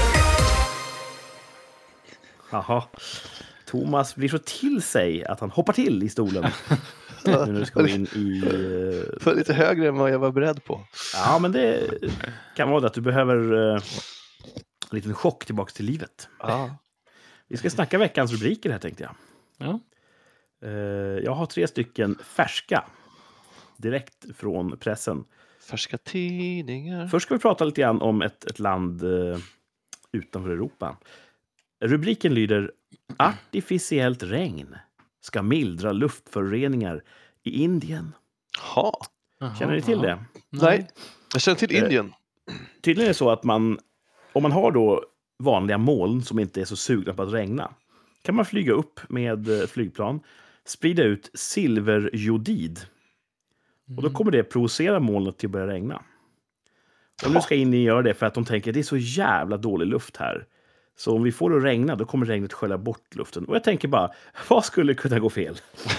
Jaha. Thomas blir så till sig att han hoppar till i stolen. Nu när du ska gå in i... eh, För lite högre än vad jag var beredd på. Ja, men det kan vara det att du behöver eh, en liten chock tillbaka till livet. Ja. Vi ska snacka veckans rubriker här, tänkte jag. Ja. Eh, jag har tre stycken färska. Direkt från pressen. Färska tidningar. Först ska vi prata lite grann om ett, ett land eh, utanför Europa. Rubriken lyder: Artificiellt regn ska mildra luftföroreningar i Indien. Jaha. Jaha, Känner ni till jaha. det? Nej, jag känner till Eh, Indien. Tydligen är det så att man, om man har då vanliga moln som inte är så sugna på att regna, kan man flyga upp med eh, flygplan, sprida ut silverjodid. Och då kommer det provocera molnet till att börja regna. Och nu ska Indien göra det för att de tänker att det är så jävla dålig luft här. Så om vi får det att regna, då kommer regnet skölja bort luften. Och jag tänker bara, vad skulle kunna gå fel?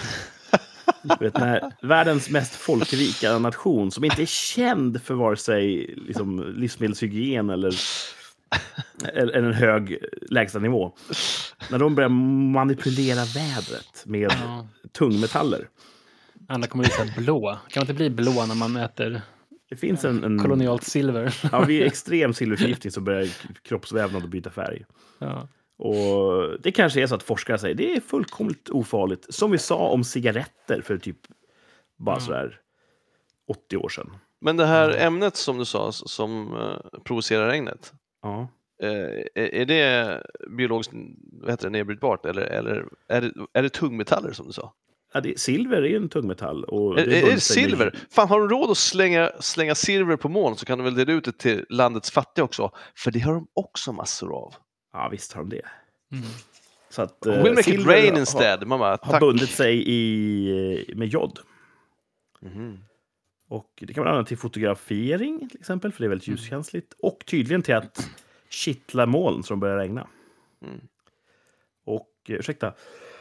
Du vet, när världens mest folkrika nation, som inte är känd för vare sig liksom, livsmedelshygien eller, eller en hög lägstanivå, när de börjar manipulera vädret med Ja. tungmetaller. Alla kommer bli så här blå. Kan man inte bli blå när man äter Det finns en, en kolonialt silver? ja, vid extrem silverförgiftning så börjar kroppsvävnad att byta färg. Ja. Och det kanske är så att forskare säger det är fullkomligt ofarligt. Som vi sa om cigaretter för typ bara Mm. sådär åttio år sedan. Men det här ämnet som du sa som uh, provocerar regnet. Ja. Uh, är, är det biologiskt vad heter det, nedbrytbart eller, eller är, det, är det tungmetaller som du sa? Ja, det, silver är ju en tungmetall. Och Är, det är, är bundet det sig med- silver? Fan, har du råd att slänga, slänga silver på moln så kan du väl dela ut det till landets fattiga också. För det har de också massor av. Ja, visst har de det. Mm. Så att, We'll eh, make it silver rain har- instead. Man bara, Har tack. bundit sig i, med jod. Mhm. Och det kan man använda till fotografering till exempel, för det är väldigt ljuskänsligt. Och tydligen till att kittla moln som börjar regna. Mm. Och, eh, ursäkta.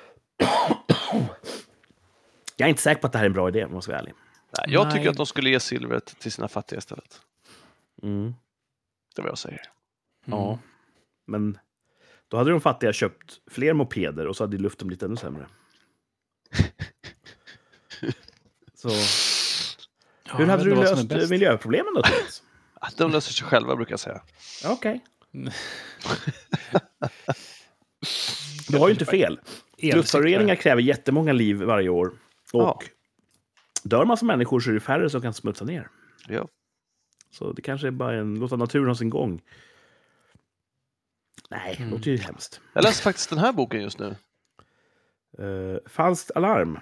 Jag är inte säker på att det här är en bra idé, om jag ska vara ärlig. Nej, jag Nej. tycker att de skulle ge silvret till sina fattiga istället. Mm. Det är vad jag säger. Ja, men då hade de fattiga köpt fler mopeder och så hade luften blivit ännu sämre. Så Ja, hur jag hade vet du inte vad som är löst bäst. miljöproblemen då, Thomas? Att de löser sig själva brukar jag säga. Okej. Du har ju inte fel. Elcyklar. Luftföroreningar kräver jättemånga liv varje år. Och Ja. dör massa människor så är det färre som kan smutsa ner. Ja. Så det kanske är bara en låta naturen ha sin gång. Nej, det Mm. låter ju hemskt. Jag läste faktiskt den här boken just nu. Uh, Falskt alarm.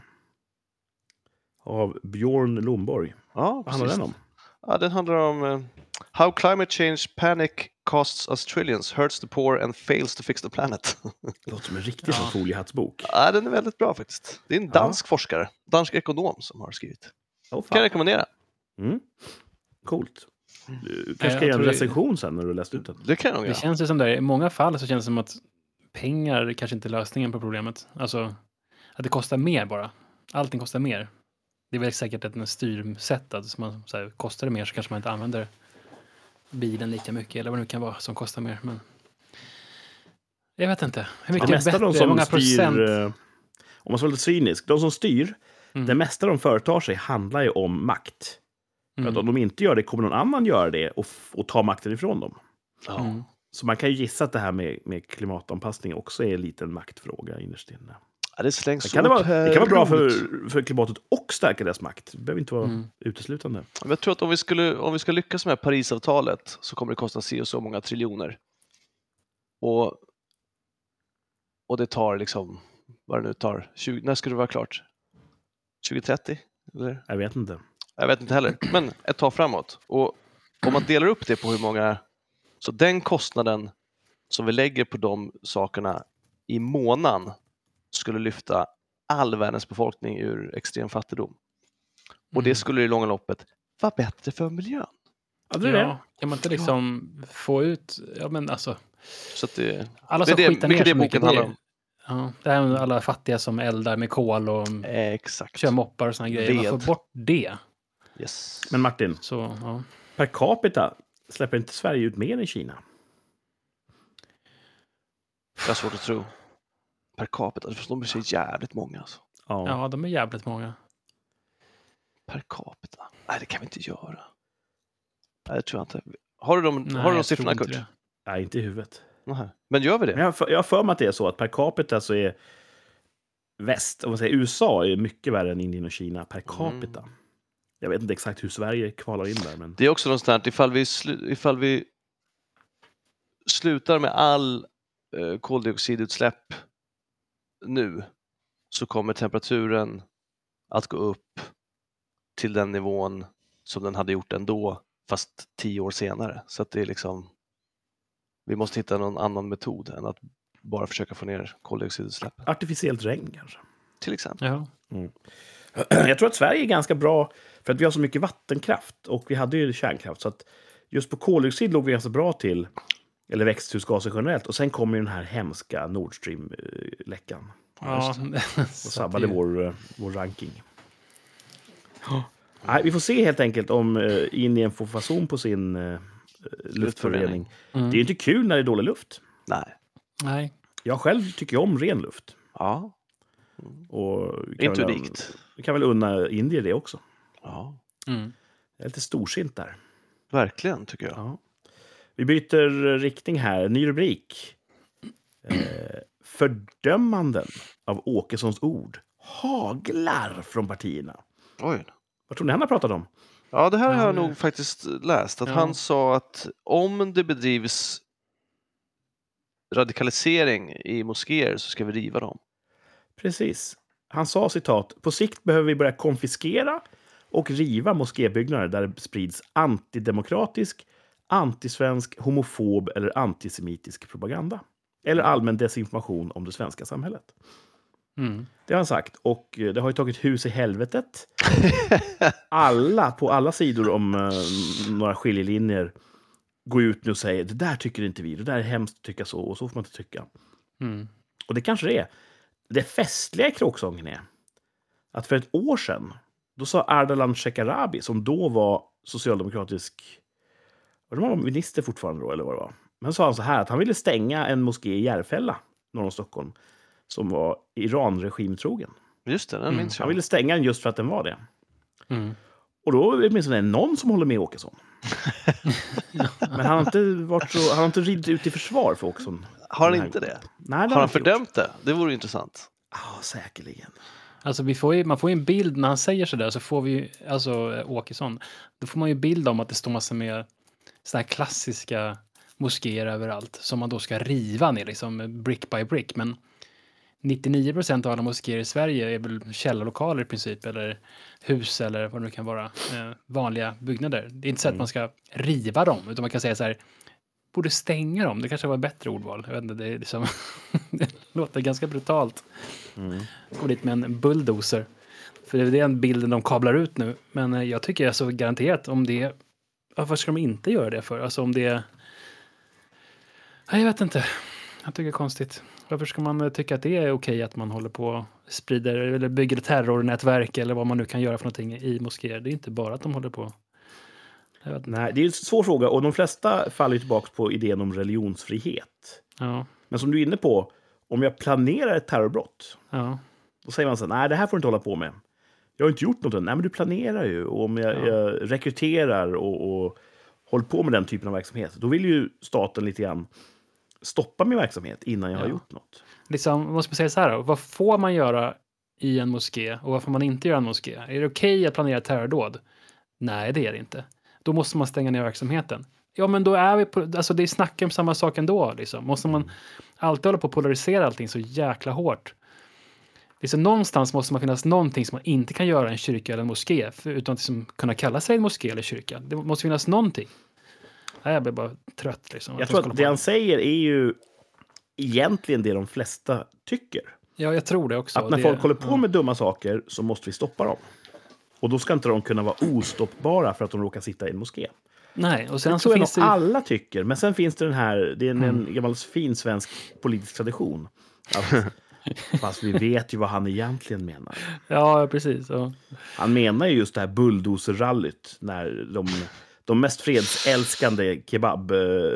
Av Björn Lomborg. Ja, Vad handlar precis. den om? Ja, den handlar om uh, How climate change panic costs us trillions, hurts the poor and fails to fix the planet. Det låter som en riktig Ja. sån foliehattsbok. Ja, den är väldigt bra faktiskt. Det är en dansk forskare, dansk ekonom som har skrivit. Oh, Kan jag rekommendera. Mm. Coolt. Du kanske jag ska göra en tror det- recension sen när du har läst ut den. Det kan jag nog Det göra. känns ju som det. I många fall så känns det som att pengar kanske inte är lösningen på problemet. Alltså att det kostar mer bara. Allting kostar mer. Det är väl säkert ett styrsätt att man, så här, kostar det mer så kanske man inte använder bilen lika mycket eller vad det nu kan vara som kostar mer. Men jag vet inte. Hur mycket Det mesta bättre, de hur som många styr, procent? eh, om man ska vara lite cynisk, de som styr, Mm. det mesta de företar sig handlar ju om makt. För att Mm. om de inte gör det kommer någon annan göra det och, f- och ta makten ifrån dem. Ja. Mm. Så man kan ju gissa att det här med, med klimatanpassning också är en liten maktfråga innerst inne. Ja, det slängs Det kan, det, vara, det kan vara bra otroligt. för, för klimatet och stärka deras makt. Det behöver inte vara Mm. uteslutande. Men jag tror att om vi, skulle, om vi ska lyckas med Parisavtalet så kommer det kosta si och så många triljoner. Och, och det tar liksom, vad det nu tar, tjugo, när ska det vara klart? tjugo trettio? Eller? Jag vet inte. Jag vet inte heller, men ett tag framåt. Och om man delar upp det på hur många, så den kostnaden som vi lägger på de sakerna i månaden skulle lyfta all världens befolkning ur extrem fattigdom. Och det Mm. skulle i långa loppet vara bättre för miljön. Ja, det är det. Ja, kan man inte liksom få ut, ja men alltså, Så att det, alla det som är det, skitar mycket ner det så boken mycket, handlar det, om. ja, det här med alla fattiga som eldar med kol och Exakt. kör moppar och såna grejer. Man Ved. får bort det. Yes. Men Martin, Så, ja. per capita släpper inte Sverige ut mer än Kina? Jag har svårt att tro. Per capita, de blir så jävligt många alltså. Ja. ja, de är jävligt många. Per capita? Nej, det kan vi inte göra. Nej, det tror jag inte. Har du de, Nej, har du de jag tror siffrorna, inte Kurt? det. Nej, inte i huvudet. Nej. Men gör vi det? Men jag har för- jag har för mig att det är så att per capita så är väst, om man säger U S A, är mycket värre än Indien och Kina per capita. Mm. Jag vet inte exakt hur Sverige kvalar in där, men Det är också någonstans, ifall vi, slu, ifall vi slutar med all eh, koldioxidutsläpp nu så kommer temperaturen att gå upp till den nivån som den hade gjort ändå, fast tio år senare. Så att det är liksom, vi måste hitta någon annan metod än att bara försöka få ner koldioxidutsläppen. artificiellt regn kanske. Till exempel. Ja. Jag tror att Sverige är ganska bra för att vi har så mycket vattenkraft och vi hade ju kärnkraft. Så att just på koldioxid låg vi ganska bra till, eller växthusgaser generellt. Och sen kom ju den här hemska Nord Stream-läckan. Ja, Och sabbade vår, eh, vår ranking. Nej, vi får se helt enkelt om eh, Indien får fason på sin eh, luftförorening. Mm. Det är ju inte kul när det är dålig luft. Nej. Nej. Jag själv tycker ju om ren luft. Ja. Och kan Inte väl, unikt. Vi kan väl unna indier det också. Ja. Mm. Jag är lite storsint där. Verkligen, tycker jag. Ja. Vi byter riktning här. Ny rubrik. Eh, fördömanden av Åkessons ord haglar från partierna. Oj. Vad tror ni han har pratat om? Ja, det här Ja, har jag det- nog faktiskt läst. Att Ja. han sa att om det bedrivs radikalisering i moskéer så ska vi riva dem. Precis. Han sa citat, på sikt behöver vi börja konfiskera och riva moskébyggnader där det sprids antidemokratisk, antisvensk, homofob eller antisemitisk propaganda. Eller allmän desinformation om det svenska samhället. Mm. Det har han sagt. Och eh, det har ju tagit hus i helvetet. Alla, på alla sidor om eh, några skiljelinjer går ut nu och säger det där tycker inte vi, det där är hemskt att tycka så och så får man inte tycka. Mm. Och Och det kanske det är. Det festliga i kråksången är att för ett år sedan då sa Ardalan Shekarabi, som då var socialdemokratisk, var det var minister fortfarande då, eller vad det var. Men sa han så här att han ville stänga en moské i Järfälla norr om Stockholm som var Iran-regimtrogen. Just det, den Mm. minns jag. Han ville stänga den just för att den var det. Mm. Och då är det åtminstone någon som håller med Åkesson. Men han har inte, varit så, han har inte ridit ut i försvar för Åkesson. Har Den han här inte gången. det? Nej, det Har han inte gjort. fördömt det? Det vore intressant. Ja, säkerligen. Alltså vi får ju, man får ju en bild när han säger sådär, så får vi ju, alltså Åkesson, då får man ju en bild om att det står massor med sådana här klassiska moskéer överallt som man då ska riva ner liksom brick by brick. Men nittionio procent av alla moskéer i Sverige är väl källarlokaler i princip, eller hus eller vad det nu kan vara, eh, vanliga byggnader. Det är inte så att Mm. man ska riva dem, utan man kan säga så här, borde stänga dem. Det kanske var ett bättre ordval. Jag vet inte, det, är liksom det låter ganska brutalt. Mm. Gå dit med en bulldozer. För det är den bilden de kablar ut nu. Men eh, jag tycker alltså garanterat om det... Varför ska de inte göra det för? Alltså om det... Nej, jag vet inte. Jag tycker det är konstigt. Varför ska man eh, tycka att det är okej att man håller på och sprider eller bygger terrornätverk eller vad man nu kan göra för någonting i moskéer? Det är inte bara att de håller på. Jag vet inte. Nej, det är en svår fråga och de flesta faller ju tillbaka på idén om religionsfrihet. Ja, Men som du är inne på, om jag planerar ett terrorbrott, ja, då säger man så här, nej det här får du inte hålla på med. Jag har inte gjort något än. Nej men du planerar ju. Och om jag, Ja. jag rekryterar och, och håller på med den typen av verksamhet, då vill ju staten lite grann stoppa min verksamhet innan jag Ja. har gjort något. liksom, måste man säga så här då, vad får man göra i en moské och vad får man inte göra i en moské? Är det okej att planera terrordåd? Nej, det är det inte. Då måste man stänga ner verksamheten. Ja, men då är vi på, alltså det är snack om samma sak ändå, liksom. Måste man alltid hålla på att polarisera allting så jäkla hårt? Liksom, någonstans måste man finnas någonting som man inte kan göra i en kyrka eller en moské, för, utan att liksom kunna kalla sig en moské eller kyrka. Det måste finnas någonting. Nej, jag blir bara trött, liksom. Jag tror att det han säger är ju egentligen det de flesta tycker. Ja, jag tror det också. Att när det, folk håller på ja. med dumma saker så måste vi stoppa dem. Och då ska inte de kunna vara ostoppbara för att de råkar sitta i en moské. Nej, och sen Det så tror jag finns nog det ju... alla tycker. Men sen finns det den här, det är en, Mm. en gammal fin svensk politisk tradition. Att, fast vi vet ju vad han egentligen menar. Ja, precis. Ja. Han menar ju just det här bulldozer-rallyt när de, de mest fredsälskande kebab eh,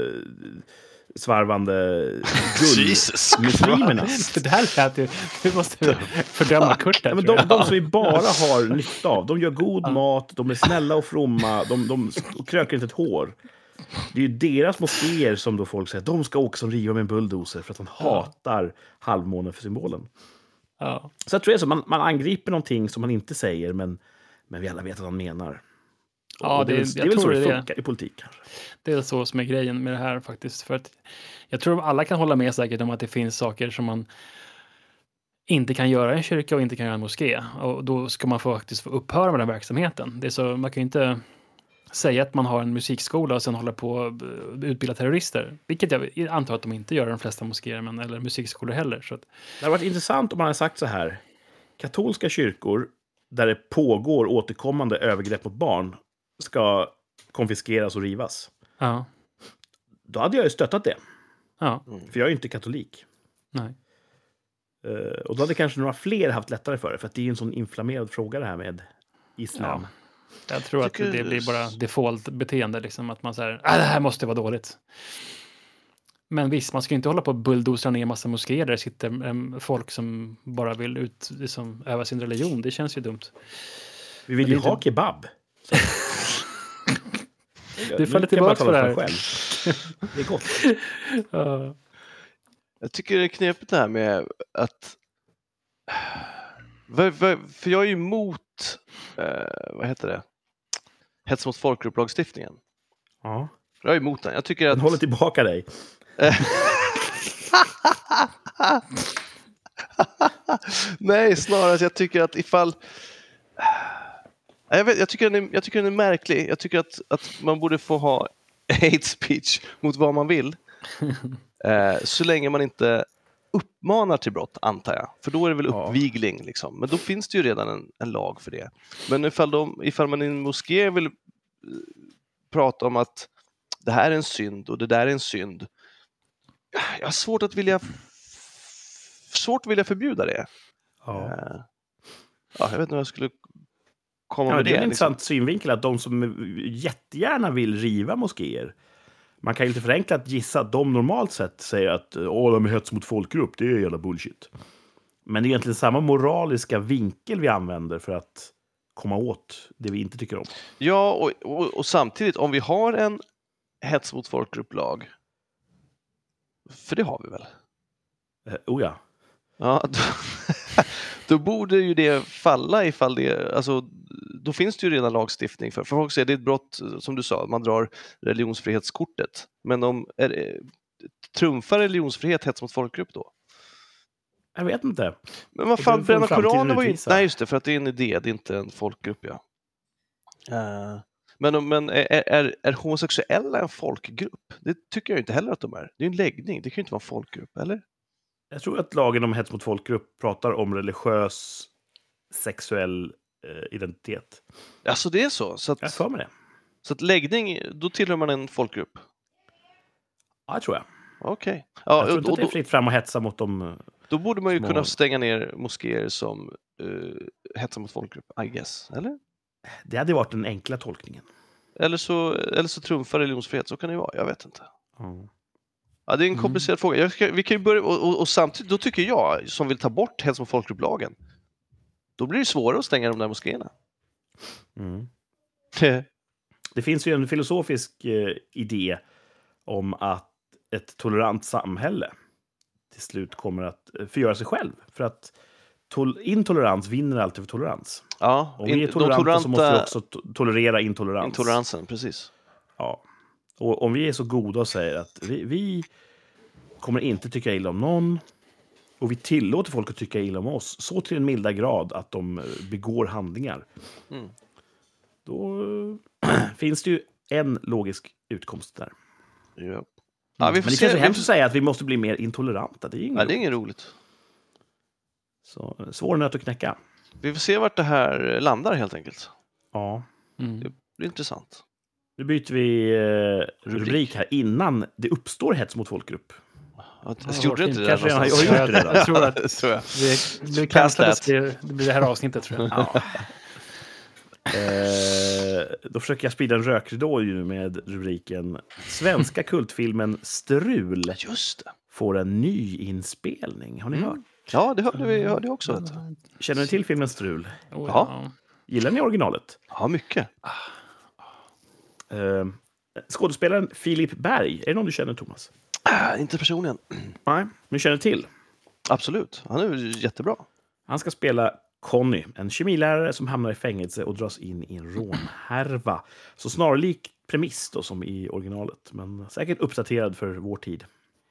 svarvande Jesus guldmuslimerna. Det här lät ju... Du måste fördöma Kurt här, Ja, men tror de, jag. de som vi bara har nytta av. De gör god mat, de är snälla och fromma, de, de kröker inte ett hår. Det är ju deras moskéer som då folk säger att de ska åka som riva med en bulldozer för att han hatar halvmånen för symbolen. Ja. Så jag tror det är så, man, man angriper någonting som man inte säger, men, men vi alla vet att han menar. Ja, Och det, är det- väl- det jag är väl så tror det det är funkar i politik kanske. Det är så som är grejen med det här faktiskt. För att jag tror alla kan hålla med säkert om att det finns saker som man inte kan göra i en kyrka och inte kan göra i en moské. Och då ska man faktiskt få upphöra med den verksamheten. Det är så, man kan ju inte säga att man har en musikskola och sen hålla på och utbilda terrorister. Vilket jag antar att de inte gör i de flesta moskéer men, eller musikskolor heller. Så att, Det hade varit intressant om man hade sagt så här. Katolska kyrkor där det pågår återkommande övergrepp mot barn ska konfiskeras och rivas. ja, Då hade jag ju stöttat det. ja, För jag är ju inte katolik. nej. Uh, och då hade kanske några fler haft lättare för det. För att det är ju en sån inflammerad fråga det här med islam. Jag tror att Tycker- det blir bara default-beteende, liksom, att man säger ah, det här måste vara dåligt. Men visst, man ska ju inte hålla på och bulldozra ner massa moskéer där det sitter um, folk som bara vill ut, liksom, öva sin religion. Det känns ju dumt. Vi vill Men ju det är ha inte- kebab. Du Nu faller kan jag bara tillbaka tala på det för mig här. själv. Det är gott. Ja. Jag tycker det är knepigt det här med att... För, för, för jag är ju emot, eh, vad heter det? Hets mot folkgrupp-lagstiftningen. Ja. Jag är emot den. Jag tycker Den att... håller tillbaka dig. Nej, snarare att jag tycker att ifall... Jag, vet, jag, tycker den är, jag tycker den är märklig. Jag tycker att, att man borde få ha hate speech mot vad man vill. Eh, så länge man inte uppmanar till brott, antar jag. För då är det väl Ja. uppvigling. Liksom. Men då finns det ju redan en, en lag för det. Men ifall, de, ifall man i en moské vill eh, prata om att det här är en synd och det där är en synd. Jag har svårt att vilja, svårt att vilja förbjuda det. Ja. Eh, Ja, jag vet inte hur jag skulle komma Ja, med det är det. en liksom. intressant synvinkel att de som jättegärna vill riva moskéer, man kan ju lite förenklat gissa att de normalt sett säger att åh, de är hets mot folkgrupp, det är jävla bullshit. Men det är egentligen samma moraliska vinkel vi använder för att komma åt det vi inte tycker om. Ja, och, och, och samtidigt, om vi har en hets mot folkgrupp-lag, för det har vi väl? Eh, oh ja. Ja, då, då borde ju det falla ifall det, alltså då finns det ju redan lagstiftning för, för folk säger det är ett brott, som du sa, man drar religionsfrihetskortet, men om är det, trumfar religionsfrihet hets mot folkgrupp då? Jag vet inte. Men vad Det fan, får bränna framtiden koraner var ju inte, utvisa. nej just det, för att det är en idé, det är inte en folkgrupp, ja. Uh, men om- men är, är, är homosexuella en folkgrupp? Det tycker jag inte heller att de är. Det är en läggning, det kan ju inte vara en folkgrupp, eller? Jag tror att lagen om hets mot folkgrupp pratar om religiös sexuell eh, identitet. Alltså det är så? Så Jag att, för mig det. så att läggning, då tillhör man en folkgrupp? Ja, det tror jag. Okej. Jag Ja, tror och, inte och att det är då, fritt fram och hetsa mot dem. eh, då borde man ju små- kunna stänga ner moskéer som uh, hetsar mot folkgrupp, I guess, eller? Det hade varit den enkla tolkningen. Eller så, eller så trumfar religionsfrihet, så kan det ju vara, jag vet inte. Ja. Ja, det är en Mm. komplicerad fråga. Jag ska, vi kan ju börja, och, och, och samtidigt, då tycker jag, som vill ta bort hets mot folkgrupplagen, då blir det svårare att stänga de där moskéerna. Mm. Det finns ju en filosofisk eh, idé om att ett tolerant samhälle till slut kommer att eh, förgöra sig själv. För att tol- intolerans vinner alltid för tolerans. Ja, Om vi är in, de toleranta toleranta så måste vi också to- tolerera intolerans. intoleransen, precis. Ja. Och om vi är så goda och säger att vi, vi kommer inte tycka illa om någon och vi tillåter folk att tycka illa om oss så till en milda grad att de eh, begår handlingar. Mm. Då eh, finns det ju en logisk utkomst där. Ja. Ja, vi får Men det se. kanske är Vi hemskt får, att säga att vi måste bli mer intoleranta. Det är ju inget nej, det är roligt. inget roligt. Så, eh, svår nöt att knäcka. Vi får se vart det här landar helt enkelt. Ja. Mm. Det blir intressant. Nu byter vi eh, Rubrik. rubrik här innan det uppstår hets mot folkgrupp. Ja, Ja, jag vad gjorde fint. inte det Kanske där jag har någonstans. gjort det redan. Jag tror att Det tror jag. det blir Past kanske that. det blir, det blir det här avsnittet, tror jag. Ja. Eh, då försöker jag sprida en rökridå ju med rubriken Svenska kultfilmen Strul Just det. får en ny inspelning. Har ni Mm. hört? Ja, det hörde vi hörde jag också. Vet du. Känner ni till filmen Strul? Oh, Ja. ja. Gillar ni originalet? Ja, mycket. Eh, skådespelaren Filip Berg, är det någon du känner, Thomas? Ah, inte personligen. Nej, men känner till. Absolut. Han är ju jättebra. Han ska spela Conny, en kemilärare som hamnar i fängelse och dras in i en rånhärva. Så snarlik premiss då som i originalet, men säkert uppdaterad för vår tid.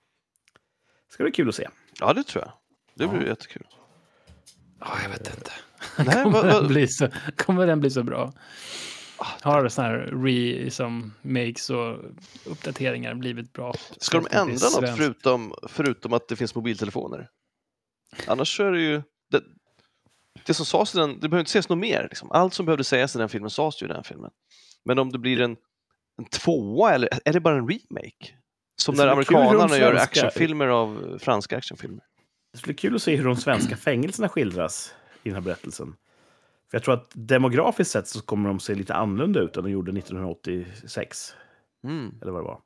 Ska bli kul att se. Ja, det tror jag. Det blir Ja. jättekul. Ja, jag vet inte. Nej, Kommer, vad, den vad, bli så, kommer den bli så bra? Har sådana här re som makes och uppdateringar blivit bra? ska de ändra något Svensk. förutom, förutom att det finns mobiltelefoner? Annars så är det ju... Det, det som sades i den, det behöver inte sägas något mer. Liksom. Allt som behövde sägas i den filmen sades ju i den filmen. Men om det blir en, en tvåa, eller är det bara en remake? Som Det när skulle bli kul hur de amerikanerna gör svenska- actionfilmer av franska actionfilmer. Det skulle bli kul att se hur de svenska fängelserna skildras i den här berättelsen. För jag tror att demografiskt sett så kommer de se lite annorlunda ut än de gjorde nittonhundraåttiosex. Mm. Eller vad det var.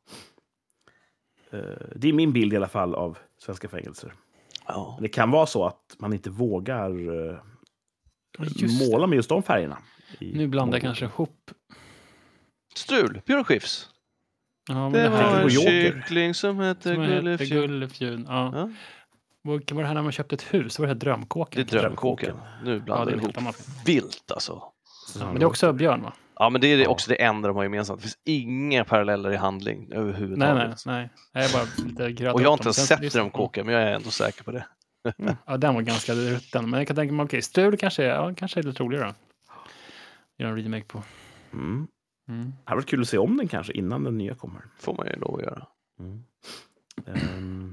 Eh, Det är min bild i alla fall av svenska fängelser. Ja. Men det kan vara så att man inte vågar eh, Just det. måla med just de färgerna. i Nu blandar jag målboken. kanske ihop. Strul, Björn Skifs. Ja, men Det det var tänker här en på Joker. kyckling som hette som heter Gullefjun. Gullefjun. Ja. Ja, Vad var det här när man köpte ett hus? Var det här drömkåken? det är drömkåken. Nu Ja, blandar det är du en helt ihop annan film. vilt alltså. Så Ja, han men det är också Björn, va? Ja, men det är Ja. också det enda de har gemensamt. Det finns inga paralleller i handling Nej, överhuvudtaget. nej, nej. Jag är bara lite gröt Och jag har åt inte dem. ens Sen- sett just- Drömkåken, men jag är ändå säker på det. Ja, den var ganska rutten. Men jag kan tänka mig, okej, Strul kanske är, ja, kanske är lite roligare. Göra en remake på. Mm. Mm. Det hade varit kul att se om den kanske innan den nya kommer. Får man ju lov att göra. Mm. Ehm.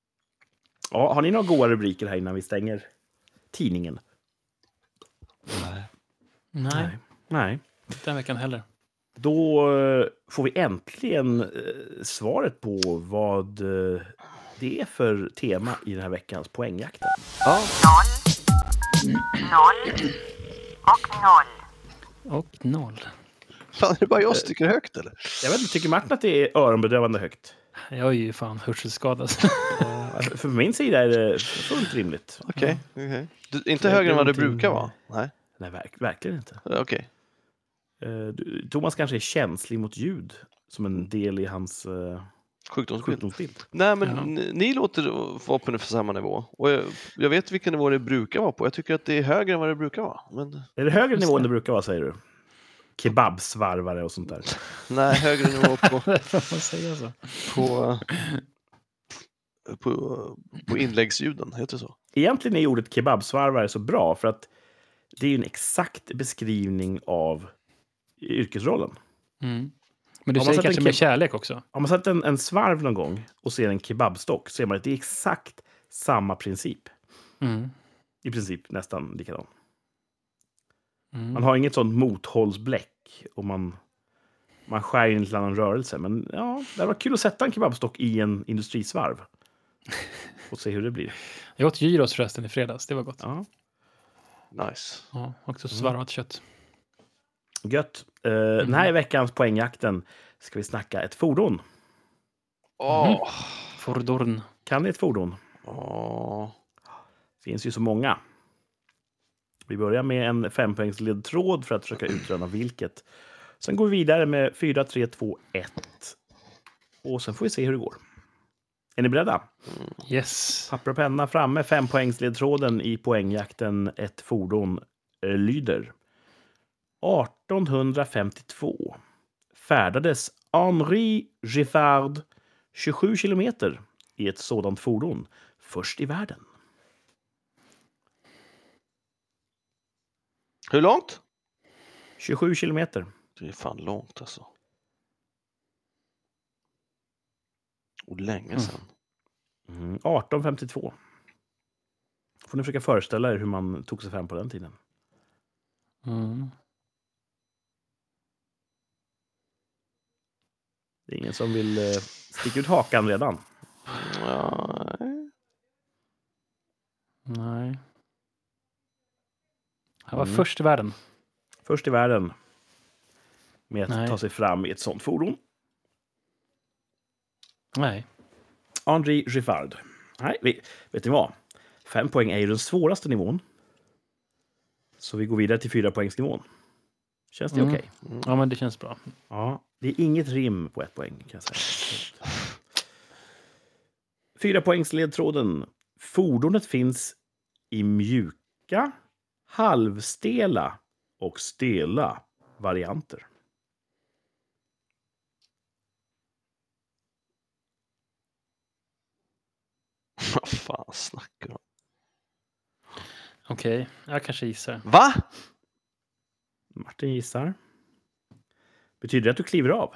Ja, har ni några goda rubriker här innan vi stänger tidningen? Nej. Nej, Nej. inte den veckan heller. Då eh, får vi äntligen eh, svaret på vad eh, det är för tema i den här veckans poängjakten. Ja, Noll och noll. Och noll. fan, är det bara jag som tycker högt eller? Jag vet inte, tycker Martin att det är öronbedövande högt? Jag är ju fan hörselskadad. Alltså, för min sida är det fullt rimligt. Okej. okej. Du- Inte Det är högre än vad det någonting- brukar vara? Nej, Nej, verk, verkligen inte. okej. Eh, du- Thomas kanske är känslig mot ljud som en del i hans... eh, Sjukdomsbild. Sjukdomsbild. Nej, men Ja. ni, ni låter vara på ungefär samma nivå. Och jag, jag vet vilken nivå det brukar vara på. Jag tycker att det är högre än vad det brukar vara. Men Är det högre Just nivå än det. det brukar vara, säger du? Kebabsvarvare och sånt där. nej, högre nivå på, Får man säga så? på, på, på inläggsljuden, heter det så? Egentligen är ordet kebabsvarvare så bra för att det är ju en exakt beskrivning av yrkesrollen. Mm. Men du Har man säger sett kanske en med keb- kärlek också? Om man sett en, en svarv någon gång och ser en kebabstock ser man att det är exakt samma princip. Mm. I princip nästan likadan. Mm. Man har inget sånt mothållsbläck och man, man skär in till annan rörelse. Men ja, det var kul att sätta en kebabstock i en industrisvarv. Och se hur det blir. Jag åt gyros förresten i fredags, det var gott. Ja, Nice. Ja, också svarvat kött. gött. Uh, Den här veckans poängjakten ska vi snacka ett fordon. Åh! Fordorn. Kan ni ett fordon? Åh. Finns ju så många. Vi börjar med en fempoängsledtråd för att försöka utröna vilket. Sen går vi vidare med fyra, tre, två, ett. Och sen får vi se hur det går. Är ni beredda? Yes. Papper och penna framme. Fempoängsledtråden i poängjakten ett fordon eh, lyder. arton femtiotvå färdades Henri Giffard tjugosju kilometer i ett sådant fordon. Först i världen. Hur långt? tjugosju kilometer. Det är fan långt alltså. Och länge sedan. Mm, arton femtiotvå. Får ni försöka föreställa er hur man tog sig fram på den tiden. Mm. Det är ingen som vill eh, sticka ut hakan redan. Ja, Nej. Han var Mm. först i världen. Först i världen med att Nej. ta sig fram i ett sånt fordon. Nej. Henri Giffard. Nej, vi, vet ni vad? Fem poäng är ju den svåraste nivån. Så vi går vidare till fyra poängsnivån. Känns det Mm. okej? Ja, men det känns bra. Ja, det är inget rim på ett poäng kan jag säga. Fyra poängsledtråden. Fordonet finns i mjuka, halvstela och stela varianter. vad fan snackar du om? Okej, jag kanske gissar. Va? Martin gissar. Betyder det att du kliver av?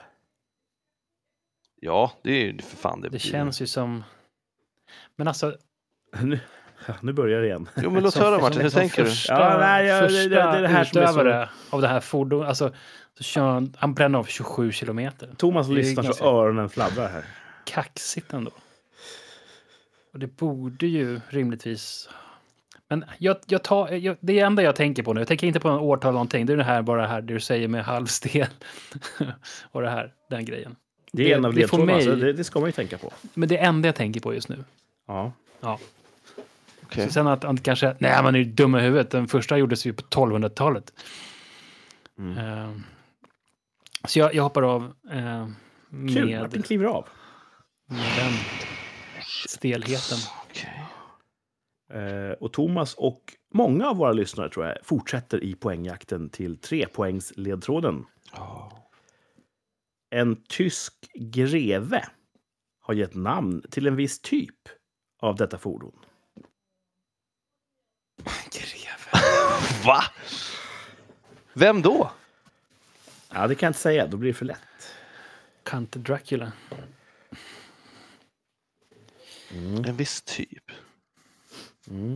Ja, det är ju för fan det Det betyder. känns ju som... Men alltså... Nu, ja, nu börjar det igen. Jo, men låt som- höra som Martin, hur liksom tänker du? första, Ja, nej, ja, det- det- första det är det här som är så- utövare av det här fordonet. Alltså, så kör han, han bränner av tjugosju kilometer. Thomas Det är lyssnar ganska- så öronen fladdrar här. Kaxigt ändå. Och det borde ju rimligtvis... Men jag, jag tar, jag, det enda jag tänker på nu, jag tänker inte på någon årtal eller någonting, det är det här, bara det här det du säger med halvstel och det här, den grejen. Det är Det- en av det får ledtrådarna, mig- så det, det ska man ju tänka på. Men det är enda jag tänker på just nu. Ja. Ja. Okej. Så sen att han kanske, nej man är ju dum i huvudet, den första gjordes ju på tolvhundratalet. Mm. Eh, så jag, jag hoppar av eh, Kul, med, Martin kliver av. med den stelheten. Okej. Eh, och Thomas och många av våra lyssnare tror jag fortsätter i poängjakten till trepoängsledtråden. Ja. En tysk greve har gett namn till en viss typ av detta fordon. Greve. Va? Vem då? Ja, det kan jag inte säga, då blir det för lätt. Count Dracula. En viss typ. Mm.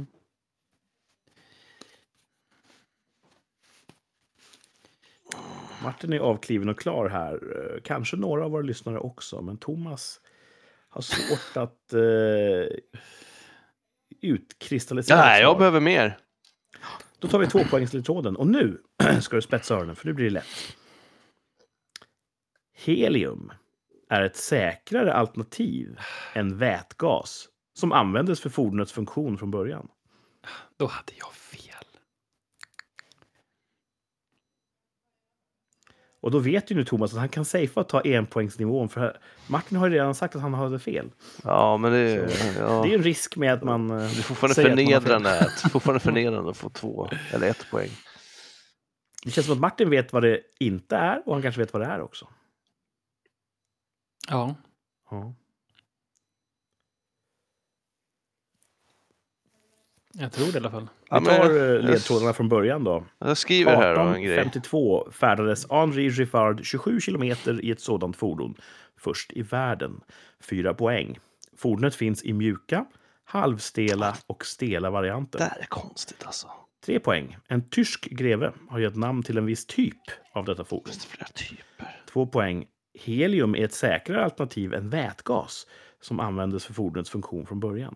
Martin är avkliven och klar här. Eh, Kanske några av våra lyssnare också, men Thomas har svårt att eh, utkristallisera. Nej, ett jag svar. behöver mer. Då tar vi tvåpoängsledtråden. Och nu ska du spetsa öronen, för nu blir det lätt. Helium är ett säkrare alternativ än vätgas som användes för fordonets funktion från början. Då hade jag fel. Och då vet ju nu Thomas att han kan safea att ta enpoängsnivån. För Martin har ju redan sagt att han hade fel. Ja, men det är, ja. Det är en risk med att man... Det är fortfarande säger att man har fel. förnedrande att, fortfarande förnedrande att få två eller ett poäng. Det känns som att Martin vet vad det inte är och han kanske vet vad det är också. Ja. Ja. Jag tror det i alla fall. Ja, Vi men tar jag- eh, ledtrådarna från början då. Jag skriver här då en arton grej. femtiotvå färdades Henri Giffard tjugosju kilometer i ett sådant fordon. Först i världen. Fyra poäng. Fordonet finns i mjuka, halvstela och stela varianter. Det här är konstigt alltså. Tre poäng. En tysk greve har gett namn till en viss typ av detta fordon. Det är flera typer. Två poäng. Helium är ett säkrare alternativ än vätgas som användes för fordonets funktion från början.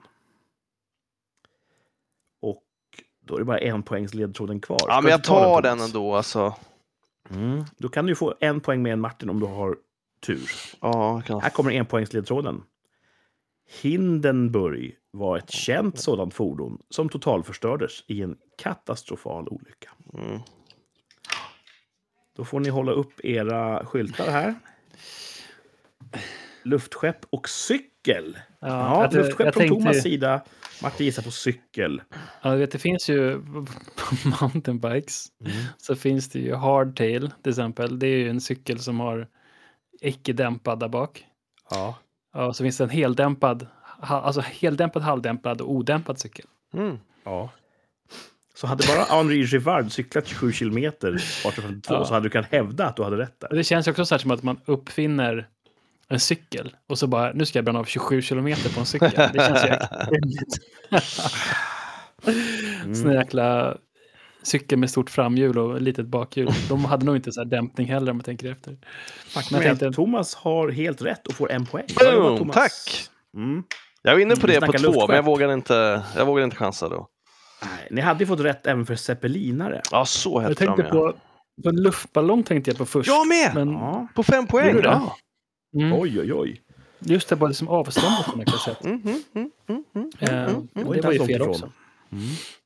Och då är det bara en poängs ledtråden kvar. Ja, Ska men jag du ta tar den, den Thomas? ändå alltså. Mm. Då kan du få en poäng mer än Martin om du har tur. Ja, jag kan... Här kommer en poängs ledtråden. Hindenburg var ett känt sådant fordon som totalförstördes i en katastrofal olycka. Mm. Då får ni hålla upp era skyltar här. Luftskepp och cykel. Ja, Ja, jag- luftskepp jag från tänkte- Thomas sida. Martin gissar på cykel. Ja, du vet, det finns ju på mountainbikes så finns det ju hardtail till exempel. Det är ju en cykel som har icke-dämpad där bak. Ja. Ja, och så finns det en heldämpad, ha- alltså heldämpad, halvdämpad och odämpad cykel. Mm. Ja. Så hade bara Henri Giffard cyklat tjugosju kilometer arton femtiotvå Ja. så hade du kunnat hävda att du hade rätt Och där. det känns ju också så här som att man uppfinner en cykel och så bara, nu ska jag bränna av tjugosju kilometer på en cykel. Det känns ju rimligt. Sån här jäkla cykel med stort framhjul och ett litet bakhjul. De hade nog inte så här dämpning heller om man tänker efter. Faktum Men är jag att tänkte- Thomas har helt rätt och får en poäng. Ja, det var Boom, Thomas. tack! Mm. Jag var inne på Vi det på snackar två, luftskepp. men jag vågar inte, jag vågar inte chansa då. Nej, ni hade ju fått rätt även för zeppelinare. Ja, så Jag helt tänkte fram, ja. på, på en luftballong tänkte jag på först. Jag med! Men Ja. På fem poäng. Gjorde du det? Ja. mm, Oj, oj, oj. just det, bara som avståndet på något sätt. Mm, mm, mm, mm, mm, Eh, mm, mm. det inte var ju alls fel långt också. ifrån.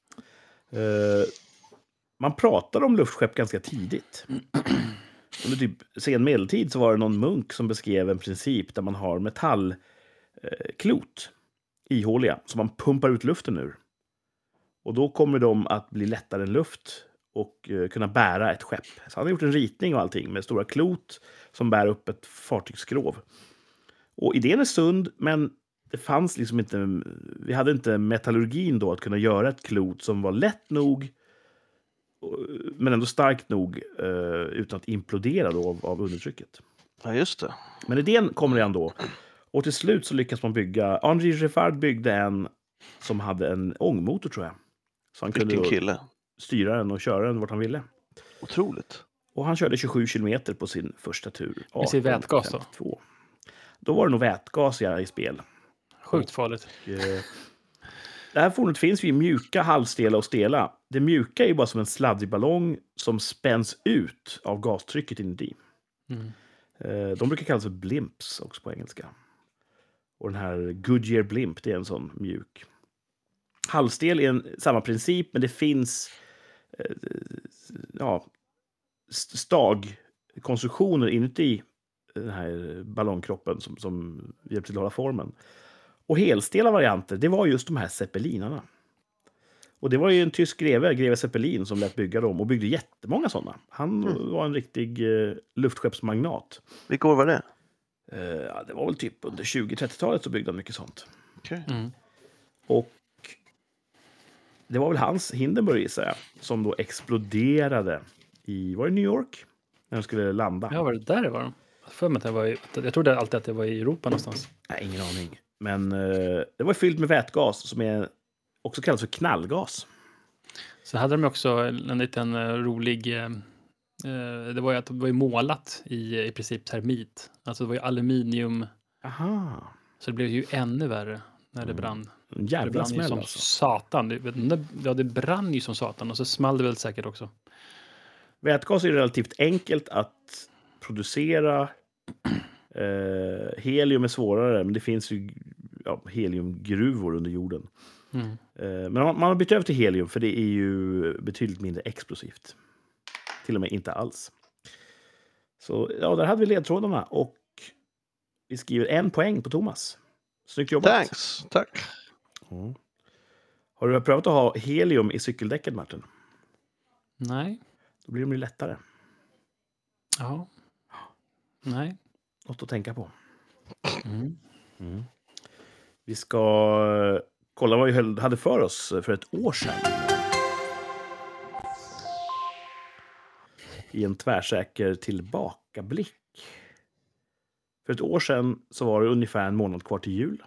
Eh, man pratade om luftskepp ganska tidigt. Under typ sen medeltid så var det någon munk som beskrev en princip där man har metallklot eh, klot, ihåliga som man pumpar ut luften ur. Och då kommer de att bli lättare än luft och eh, kunna bära ett skepp. Så han har gjort en ritning och allting med stora klot som bär upp ett fartygsskrov. Och idén är sund, men det fanns liksom inte, vi hade inte metallurgin då att kunna göra ett klot som var lätt nog men ändå starkt nog eh, utan att implodera då av, av undertrycket. Ja, just det. Men idén kommer redan då. Och till slut så lyckas man bygga, Henri Giffard byggde en som hade en ångmotor tror jag. Så han kunde Vilken då kille. styra den och köra den vart han ville. Otroligt. Och han körde tjugosju kilometer på sin första tur. Med sin vätgas då? arton femtiotvå. Då var det nog vätgas ja, i spel. Sjukt farligt. Eh, Det här fordonet finns ju i mjuka, halvstela och stela. Det mjuka är ju bara som en sladdig ballong som spänns ut av gastrycket inuti. Mm. Eh, De brukar kallas för blimps också på engelska. Och den här Goodyear Blimp, det är en sån mjuk. Halvstel är en, samma princip, men det finns eh, ja, st- stagkonstruktioner inuti den här ballongkroppen som, som hjälper till att hålla formen. Och helstela varianter, det var just de här zeppelinarna. Och det var ju en tysk greve, greve Zeppelin, som lät bygga dem och byggde jättemånga sådana. Han Mm. var en riktig eh, luftskeppsmagnat. Vilka år var det? Eh, ja, det var väl typ under tjugo-trettiotalet så byggde han mycket sånt. Okej. Mm. Och det var väl hans Hindenburg, gissar jag, som då exploderade i, var det New York? När de skulle landa. Ja, var det där det var? Jag för mig att det var i, jag trodde alltid att det var i Europa någonstans. Nej, ingen aning. Men eh, det var fyllt med vätgas som är också kallas för knallgas. Så hade de också en liten eh, rolig... Eh, eh, det var ju att det var ju målat i i princip termit. Alltså det var ju aluminium. Aha. Så det blev ju ännu värre när det brann. En Det jävla brann ju smäll som alltså. satan. Det, vet inte, ja, det brann ju som satan och så small det väl säkert också. Vätgas är relativt enkelt att producera. Eh, helium är svårare, men det finns ju ja, heliumgruvor under jorden. Mm. Eh, men man, man har bytt över till helium för det är ju betydligt mindre explosivt. Till och med inte alls. Så ja, där hade vi ledtrådarna och vi skriver en poäng på Thomas. Snyggt jobbat. Thanks, tack. Mm. Har du prövat att ha helium i cykeldäcket, Martin? Nej. Då blir de ju lättare. Ja. Nej. Något att tänka på. Mm. Mm. Vi ska kolla vad vi höll- hade för oss för ett år sedan. I en tvärsäker tillbakablick. För ett år sedan så var det ungefär en månad kvar till jul.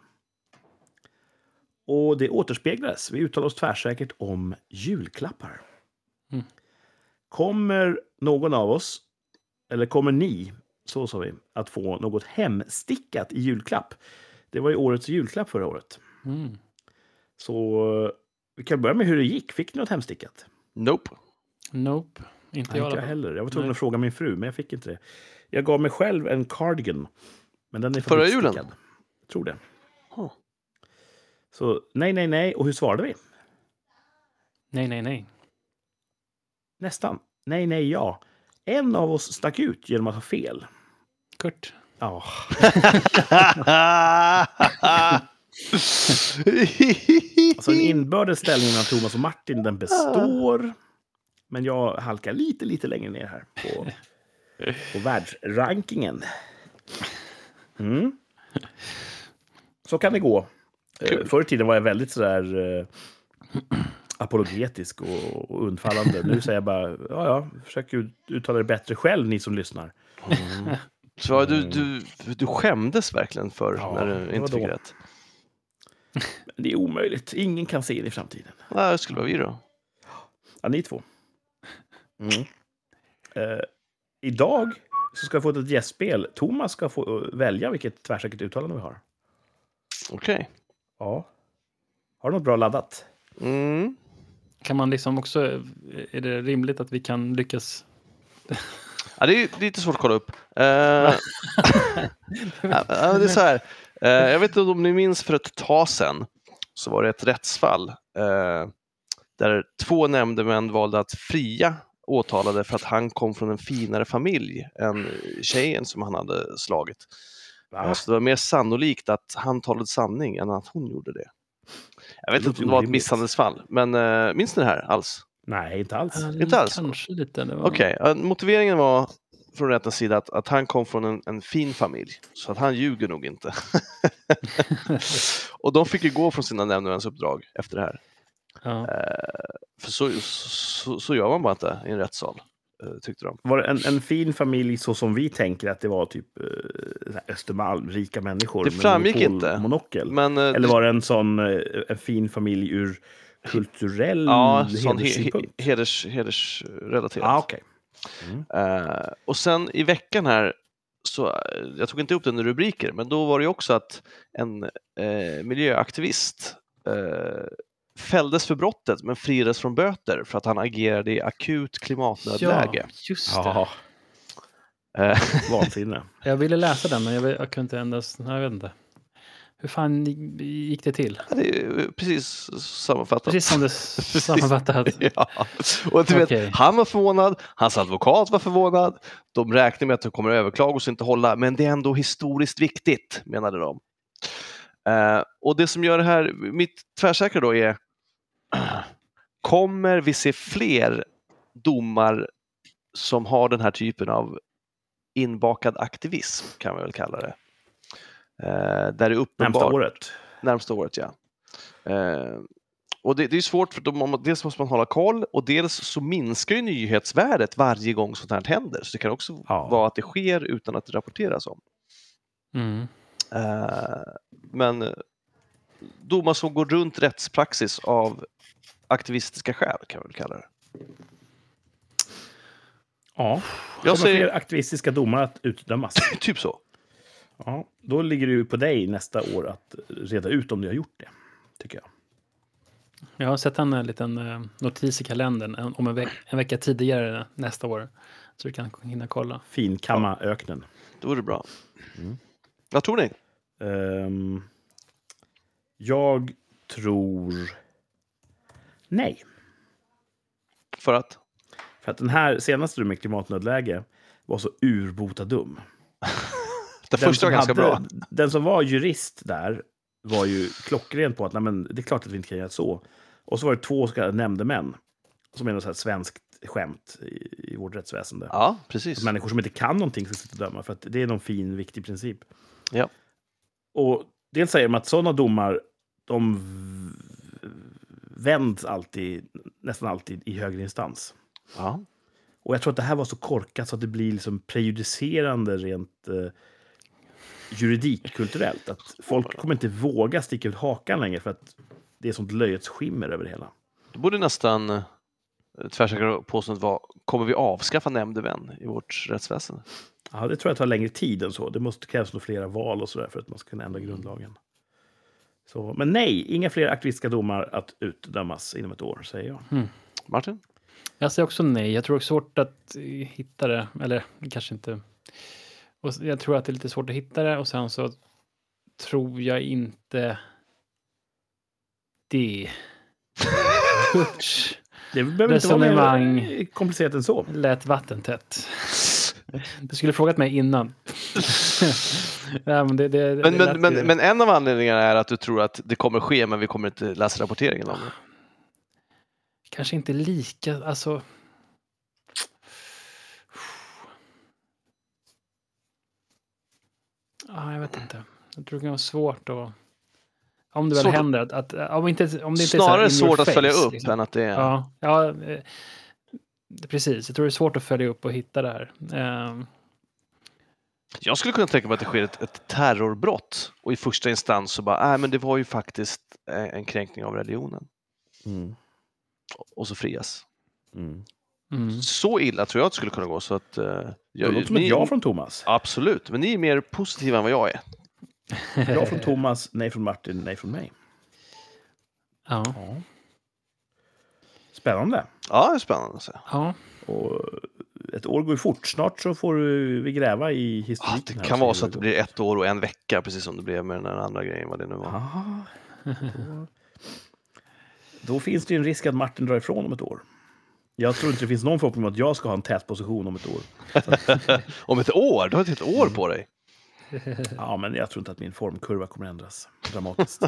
Och det återspeglades. Vi uttalade oss tvärsäkert om julklappar. Mm. Kommer någon av oss, eller kommer ni, så sa vi, att få något hemstickat i julklapp? Det var ju årets julklapp förra året. Mm. Så vi kan börja med hur det gick. Fick ni något hemstickat? Nope. Nope. Inte Nej, jag. inte jag i alla fall. heller. Jag var tvungen Nej. att fråga min fru, men jag fick inte det. Jag gav mig själv en cardigan. Men den är Förra fabriksstickad. julen? Jag tror det. Huh. Så nej, nej, nej. Och hur svarade vi? Nej, nej, nej. Nästan. Nej, nej, ja. En av oss stack ut genom att ha fel. Kurt. Ja, alltså den inbördes ställningen av Thomas och Martin, den består. Men jag halkar lite, lite längre ner här på, på världsrankingen. Mm. Så kan det gå. Eh, Förr i tiden var jag väldigt sådär eh, apologetisk och, och undfallande. Nu säger jag bara, ja, ja, försök ut- uttala det bättre själv, ni som lyssnar. Så du, du, du skämdes verkligen för Ja, när du inte fick vadå? rätt? Men det är omöjligt. Ingen kan se in i framtiden. Nej, det skulle vara vi då. Ja, ni två. Mm. Eh, idag så ska jag få ett gästspel. Thomas ska få eh, välja vilket tvärsäkert uttalande vi har. Okej. Ja. Har du något bra laddat? Mm. Kan man liksom också, är det rimligt att vi kan lyckas? Ja, det är lite svårt att kolla upp. Uh, ja, det är så här. Uh, jag vet inte om ni minns för ett tag sedan så var det ett rättsfall uh, där två nämndemän valde att fria åtalade för att han kom från en finare familj än tjejen som han hade slagit. Uh, så det var mer sannolikt att han talade sanning än att hon gjorde det. Jag vet Det inte om låter det var ett orimligt. misshandelsfall, men uh, minns ni det här alls? Nej, inte alls. Inte alls. Kanske lite. Det var... Okej, okay. Motiveringen var från rättens sida att, att han kom från en, en fin familj, så att han ljuger nog inte. Och de fick ju gå från sina nämndemäns uppdrag efter det här. Ja. Eh, för så, så, så gör man bara inte i en rättssal, eh, tyckte de. Var det en, en fin familj så som vi tänker att det var typ eh, Östermalm, rika människor? Det med framgick monopol- inte. Monokel. Men, eh, Eller var det en sån eh, en fin familj ur kulturell ja, sån he, he, hederssynpunkt? heders, hedersrelaterat. Ah, okej. Mm. Uh, och sen i veckan här, så, uh, jag tog inte upp den i rubriker, men då var det ju också att en uh, miljöaktivist uh, fälldes för brottet men friades från böter för att han agerade i akut klimatnödläge. Ja, just det. Ja, Uh, vansinne. Jag ville läsa den, men jag, jag kunde inte endast... Jag vet inte. Hur fan gick det till? det är ju precis sammanfattat. Precis som det sammanfattat. Ja. Och du Okej. vet, han var förvånad, hans advokat var förvånad, de räknar med att de kommer att överklaga och inte hålla, men det är ändå historiskt viktigt, menade de. Uh, och det som gör det här, mitt tvärsäkra då är, kommer vi se fler domar som har den här typen av inbakad aktivism, kan vi väl kalla det. Uh, där det är uppenbart. Närmsta året. Närmsta året, ja. Uh, och det, det är svårt för de, dels måste man hålla koll och dels så minskar ju nyhetsvärdet varje gång sånt här händer. Så det kan också Ja. vara att det sker utan att det rapporteras om. Mm. Uh, men domar som går runt rättspraxis av aktivistiska skäl, kan vi väl kalla det. Ja, Jag jag säger- fler aktivistiska domar att utdömas. Typ så. Ja, då ligger det ju på dig nästa år att reda ut om du har gjort det, tycker jag. Jag har sett en eh, liten eh, notis i kalendern en, om en, veck, en vecka tidigare nästa år. Så du kan hinna kolla. Finkamma öknen. Då är det bra. Vad tror ni? Ehm, jag tror nej. För att? För att den här senaste med klimatnödläge, var så urbota dum. Det Den första var som ganska hade- bra. Den som var jurist där var ju klockren på att nej, men det är klart att vi inte kan göra så. Och så var det två så kallade nämndemän som är något så här svenskt skämt i, i vårt rättsväsende. Ja, precis. Att människor som inte kan någonting ska sitta och döma, för att det är någon fin, viktig princip. Ja. Och dels säger de att sådana domar, de v- vänds alltid, nästan alltid i högre instans. Ja. Och jag tror att det här var så korkat så att det blir liksom prejudicerande rent eh, juridikkulturellt. Att folk kommer inte våga sticka ut hakan längre för att det är sånt löjets skimmer över det hela. Det borde nästan eh, tvärsäkra påståendet vara, kommer vi avskaffa nämndemän i vårt rättsväsende? Ja, det tror jag tar längre tid än så. Det måste krävas nog flera val och sådär för att man ska kunna ändra grundlagen. Så, men nej, inga fler aktivistiska domar att utdömas inom ett år, säger jag. Martin? Jag säger också nej. Jag tror det är svårt att eh, hitta det. Eller kanske inte. Och s- jag tror att det är lite svårt att hitta det. Och sen så tror jag inte det. Kurt Det behöver inte vara mer Resonemang. komplicerat än så. lät vattentätt. Du skulle frågat mig innan. ja, men, det, det, Men, det men, lät men, ju- men en av anledningarna är att du tror att det kommer ske, men vi kommer inte läsa rapporteringen om det. Kanske inte lika, alltså... Ja, jag vet inte. Jag tror det kan vara svårt att... Om det väl Svårt- händer att... att om, inte, om det inte Snarare är så här in your svårt att följa face, upp liksom. än att det är... Ja, ja eh, det- precis. Jag tror det är svårt att följa upp och hitta det här. Ehm, Jag skulle kunna tänka mig att det sker ett, ett terrorbrott och i första instans så bara, nej men det var ju faktiskt eh, en kränkning av religionen. Mm. Och så frias. Mm. mm. Så illa tror jag att det skulle kunna gå så att... Eh, Det jag, låter som ett ni- ja från Thomas. Absolut, men ni är mer positiva än vad jag är. Ja från Thomas, nej från Martin, nej från mig. Ja. Ja. Spännande. Ja, det är spännande att se. ja. Och ett år går ju fort. Snart så får du, vi gräva i Ja, historiken. det här kan och vara se så hur att det går. blir ett år och en vecka, precis som det blev med den här andra grejen, vad det nu var. Ah, då, då finns det ju en risk att Martin drar ifrån om ett år. Jag tror inte det finns någon förhoppning om att jag ska ha en tätposition om ett år. Om ett år? Du har ett helt år på dig. Ja, men jag tror inte att min formkurva kommer ändras dramatiskt.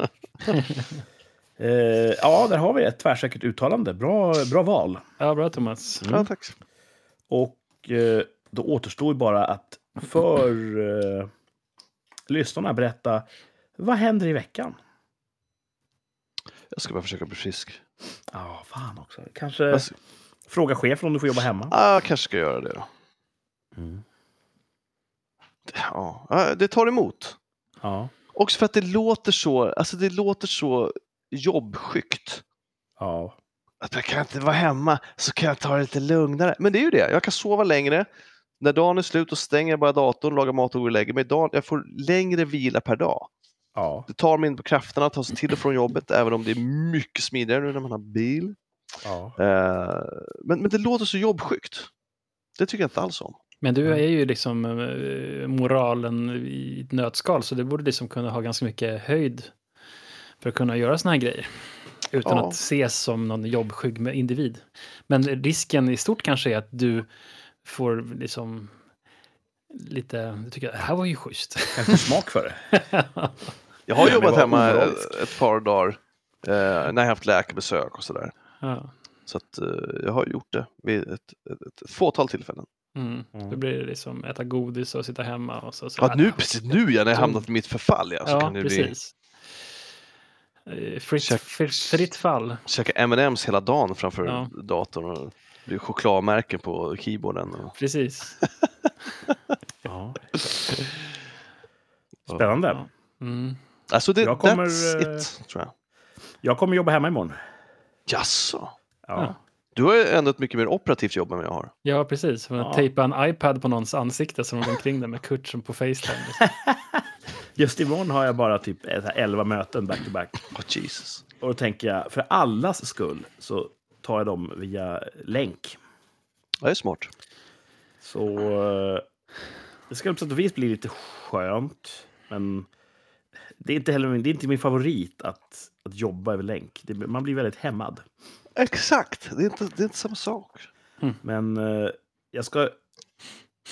eh, ja, där har vi ett tvärsäkert uttalande. Bra, bra val. ja, bra Thomas. Ja, tack. Och eh, då återstår ju bara att för eh, lyssnarna berätta vad händer i veckan? Jag ska bara försöka bli frisk. Ja, fan också. Kanske Alltså, fråga chefen om du får jobba hemma. ja, jag kanske ska göra det då. Mm. Ja, ja, det tar emot. Ja, Också för att det låter så, alltså det låter så jobbskykt. ja. Att jag kan inte vara hemma så kan jag ta det lite lugnare. Men det är ju det, jag kan sova längre. När dagen är slut och stänger jag bara datorn, lagar mat och går och lägger mig. Dag, jag får längre vila per dag. Ja, Det tar mig in på krafterna att ta sig till och från jobbet, även om det är mycket smidigare nu när man har bil. ja. Eh, men, men det låter så jobbskykt. Det tycker jag inte alls om. Men du är ju liksom eh, moralen i ett nötskal, så det borde liksom kunna ha ganska mycket höjd för att kunna göra såna här grejer. Utan Ja. att ses som någon jobbskygg med individ. Men risken i stort kanske är att du får liksom lite, du tycker att det här var ju schysst. Kanske smak för det. Jag har Ja, men jobbat vad hemma omoraliskt. ett, ett par dagar eh, när jag haft läkarbesök och sådär. Ja. Så att eh, jag har gjort det vid ett, ett, ett fåtal tillfällen. Mm. Mm. Då blir det liksom äta godis och sitta hemma. Och så, så Ja, nu, precis nu ja, när jag hamnat i mitt förfall, ja, så ja, kan det bli precis. Eh, Fritt, Check. fritt, fritt fall. käka M and M's hela dagen framför Ja. datorn och det blir chokladmärken på keyboarden. Och... Precis. Ja. Spännande. Ja. Mm. Alltså det, Jag kommer, that's eh, it, tror jag. Jag kommer jobba hemma imorgon. Jaså? Ja. Ja. Du har ju ändå ett mycket mer operativt jobb än vad jag har. Ja, precis. Man Ja. tejpa en iPad på någons ansikte som de går omkring där med Kurt som på FaceTime. Liksom. Just imorgon har jag bara typ elva möten back to back. Oh, Jesus. Och då tänker jag, för allas skull så tar jag dem via länk. Ja, det är smart. Så eh, det ska på sätt och vis bli lite skönt. Men det är inte heller det är inte min favorit att, att jobba över länk. Det, man blir väldigt hämmad. Exakt, det är inte, det är inte samma sak. Men eh, jag ska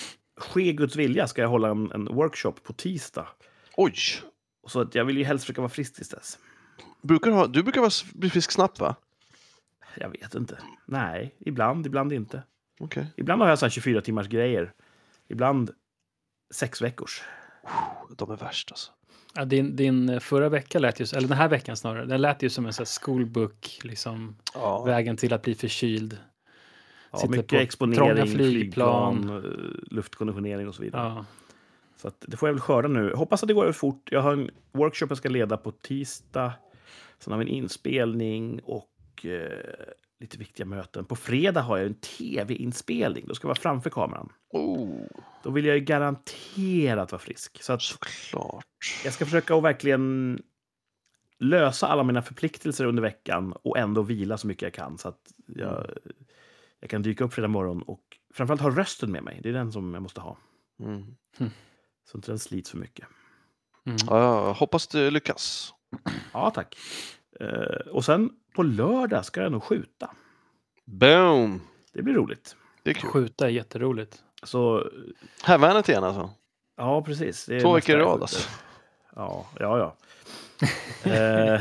ske Guds vilja ska jag hålla en, en workshop på tisdag. Oj! Så att jag vill ju helst försöka vara frisk tills dess. Brukar du, ha, du brukar vara, bli frisk snabbt, va? Jag vet inte. Nej, ibland, ibland inte. Okej. Ibland har jag så här tjugofyra timmars grejer. Ibland sex veckors. De är värst alltså. Ja, din, din förra vecka lät ju, eller den här veckan snarare, den lät ju som en sån här schoolbook, liksom Ja. vägen till att bli förkyld. Ja, Sitter mycket på exponering, trånga flygplan, flygplan. eh, luftkonditionering och så vidare. Ja. Så att det får jag väl skörda nu. Hoppas att det går fort. Jag har en workshop jag ska leda på tisdag. Sen har vi en inspelning och eh, lite viktiga möten. På fredag har jag en tv-inspelning. Då ska jag vara framför kameran. Oh, Då vill jag ju garanterat vara frisk. Så att såklart. jag ska försöka att verkligen lösa alla mina förpliktelser under veckan och ändå vila så mycket jag kan. Så att jag, jag kan dyka upp fredag morgon och framförallt ha rösten med mig. Det är den som jag måste ha. Mm. Så inte den slits för mycket. Mm. Ja, jag hoppas det lyckas. Ja, tack. Eh, och sen på lördag ska jag nog skjuta. Boom! Det blir roligt. Det är kul. Skjuta är jätteroligt. Så, Hemvärnet igen alltså. ja, precis. Det är Två nästa veckor i jag rad skjuter. alltså. Ja, ja, ja. eh,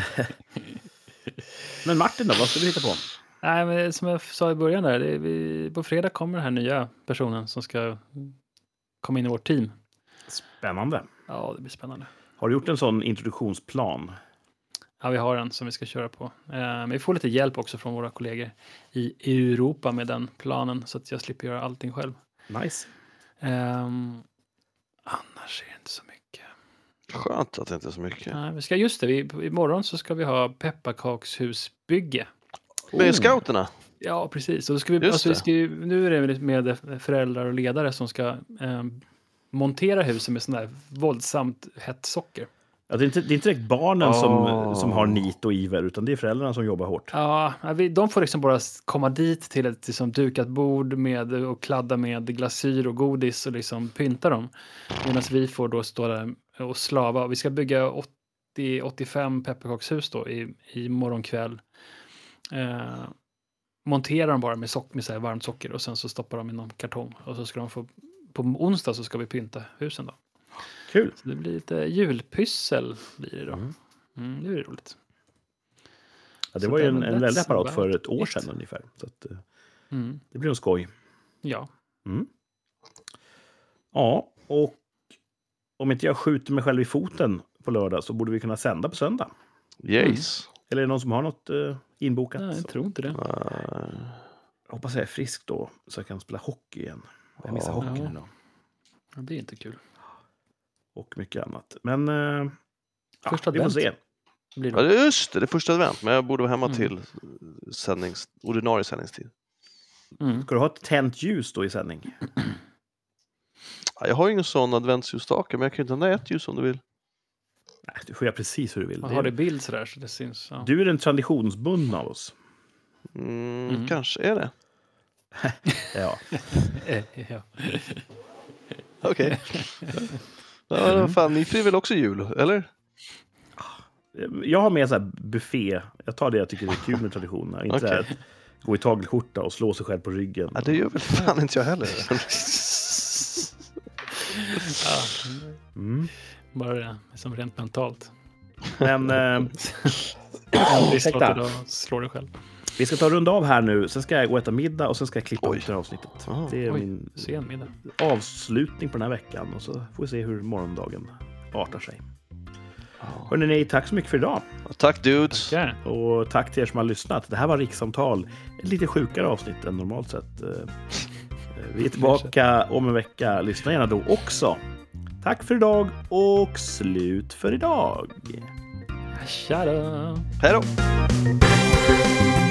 men Martin då, vad ska vi hitta på? Nej, men som jag sa i början där, det är vi, på fredag kommer den här nya personen som ska komma in i vårt team. Spännande. Ja, det blir spännande. Har du gjort en sån introduktionsplan? Ja, vi har en som vi ska köra på. Eh, men vi får lite hjälp också från våra kollegor i Europa med den planen så att jag slipper göra allting själv. Nice. Ehm, annars är det inte så mycket. Skönt att det inte är så mycket. Nej, vi ska, just det, vi, imorgon så ska vi ha pepparkakshusbygge. Med scouterna? Ja, precis. Och då ska vi, Just alltså, vi det. ska, ju- nu är det med föräldrar och ledare som ska eh, montera huset med sån där våldsamt hett socker. Ja, det, är inte, det är inte direkt barnen Oh. som, som har nit och iver, utan det är föräldrarna som jobbar hårt. Ja, vi, de får liksom bara komma dit till ett liksom, dukat bord med, och kladda med glasyr och godis och liksom pynta dem. Medan vi får då stå där och slava. Vi ska bygga åttio till åttiofem pepparkakshus då i, i morgonkväll. Eh, montera dem bara med, sock, med så här varmt socker och sen så stoppar de i någon kartong. Och så ska de få, på onsdag så ska vi pynta husen då. Kul. Så det blir lite julpyssel blir det då. Mm. Mm, det är roligt. Ja, det Så var ju det en, var en väldig that's apparat för about ett år it. sedan ungefär. Så att, eh, Mm, det blir en skoj. ja. Mm. Ja, och om inte jag skjuter mig själv i foten på lördag så borde vi kunna sända på söndag. Yes. Eller är det någon som har något eh, inbokat? Nej, jag tror inte det. Uh, Jag hoppas jag är frisk då, så jag kan spela hockey igen. Jag missar Ja. hockeyn Ja. idag. Det blir inte kul. Och mycket annat. Men eh, ja, Första vi får advent. se. Blir ja, det. det är just det. Det är första advent. Men jag borde vara hemma Mm. till sändnings, ordinarie sändningstid. Mm. Ska du ha ett tänt ljus då i sändning? Ja, jag har ju ingen sån adventsljusstake, men jag kan ju tända ett ljus om du vill. Nej, du får göra precis hur du vill. Man Det har det är, i bild sådär så det syns. Ja. du är den traditionsbundna av oss. Mm, Mm. Kanske är det. Ja. Eh, ja. Okej. Ja, vad fan, ni firar väl också jul, eller? Jag har med så här buffé. Jag tar det jag tycker är kul med traditionerna. Inte Okej. så här att gå i tagelskjorta och slå sig själv på ryggen. Ja, det gör väl fan inte jag heller. Ja, Mm. bara det, som rent mentalt. Men eh, Aldrig slå ursäkta. till och slå dig själv. Vi ska ta runda av här nu. Sen ska jag gå och äta middag och sen ska jag klippa Oj. ut det här avsnittet. Ah, Det är oj. min Sen middag. avslutning på den här veckan. Och så får vi se hur morgondagen artar sig. Ja. Hörrni, nej, tack så mycket för idag. Tack dudes. Tackar. Och tack till er som har lyssnat. Det här var Rikssamtal. Ett lite sjukare avsnitt än normalt sett. Eh, Vi är tillbaka om en vecka. Lyssna gärna då också. Tack för idag och slut för idag. Tja då. Hej då.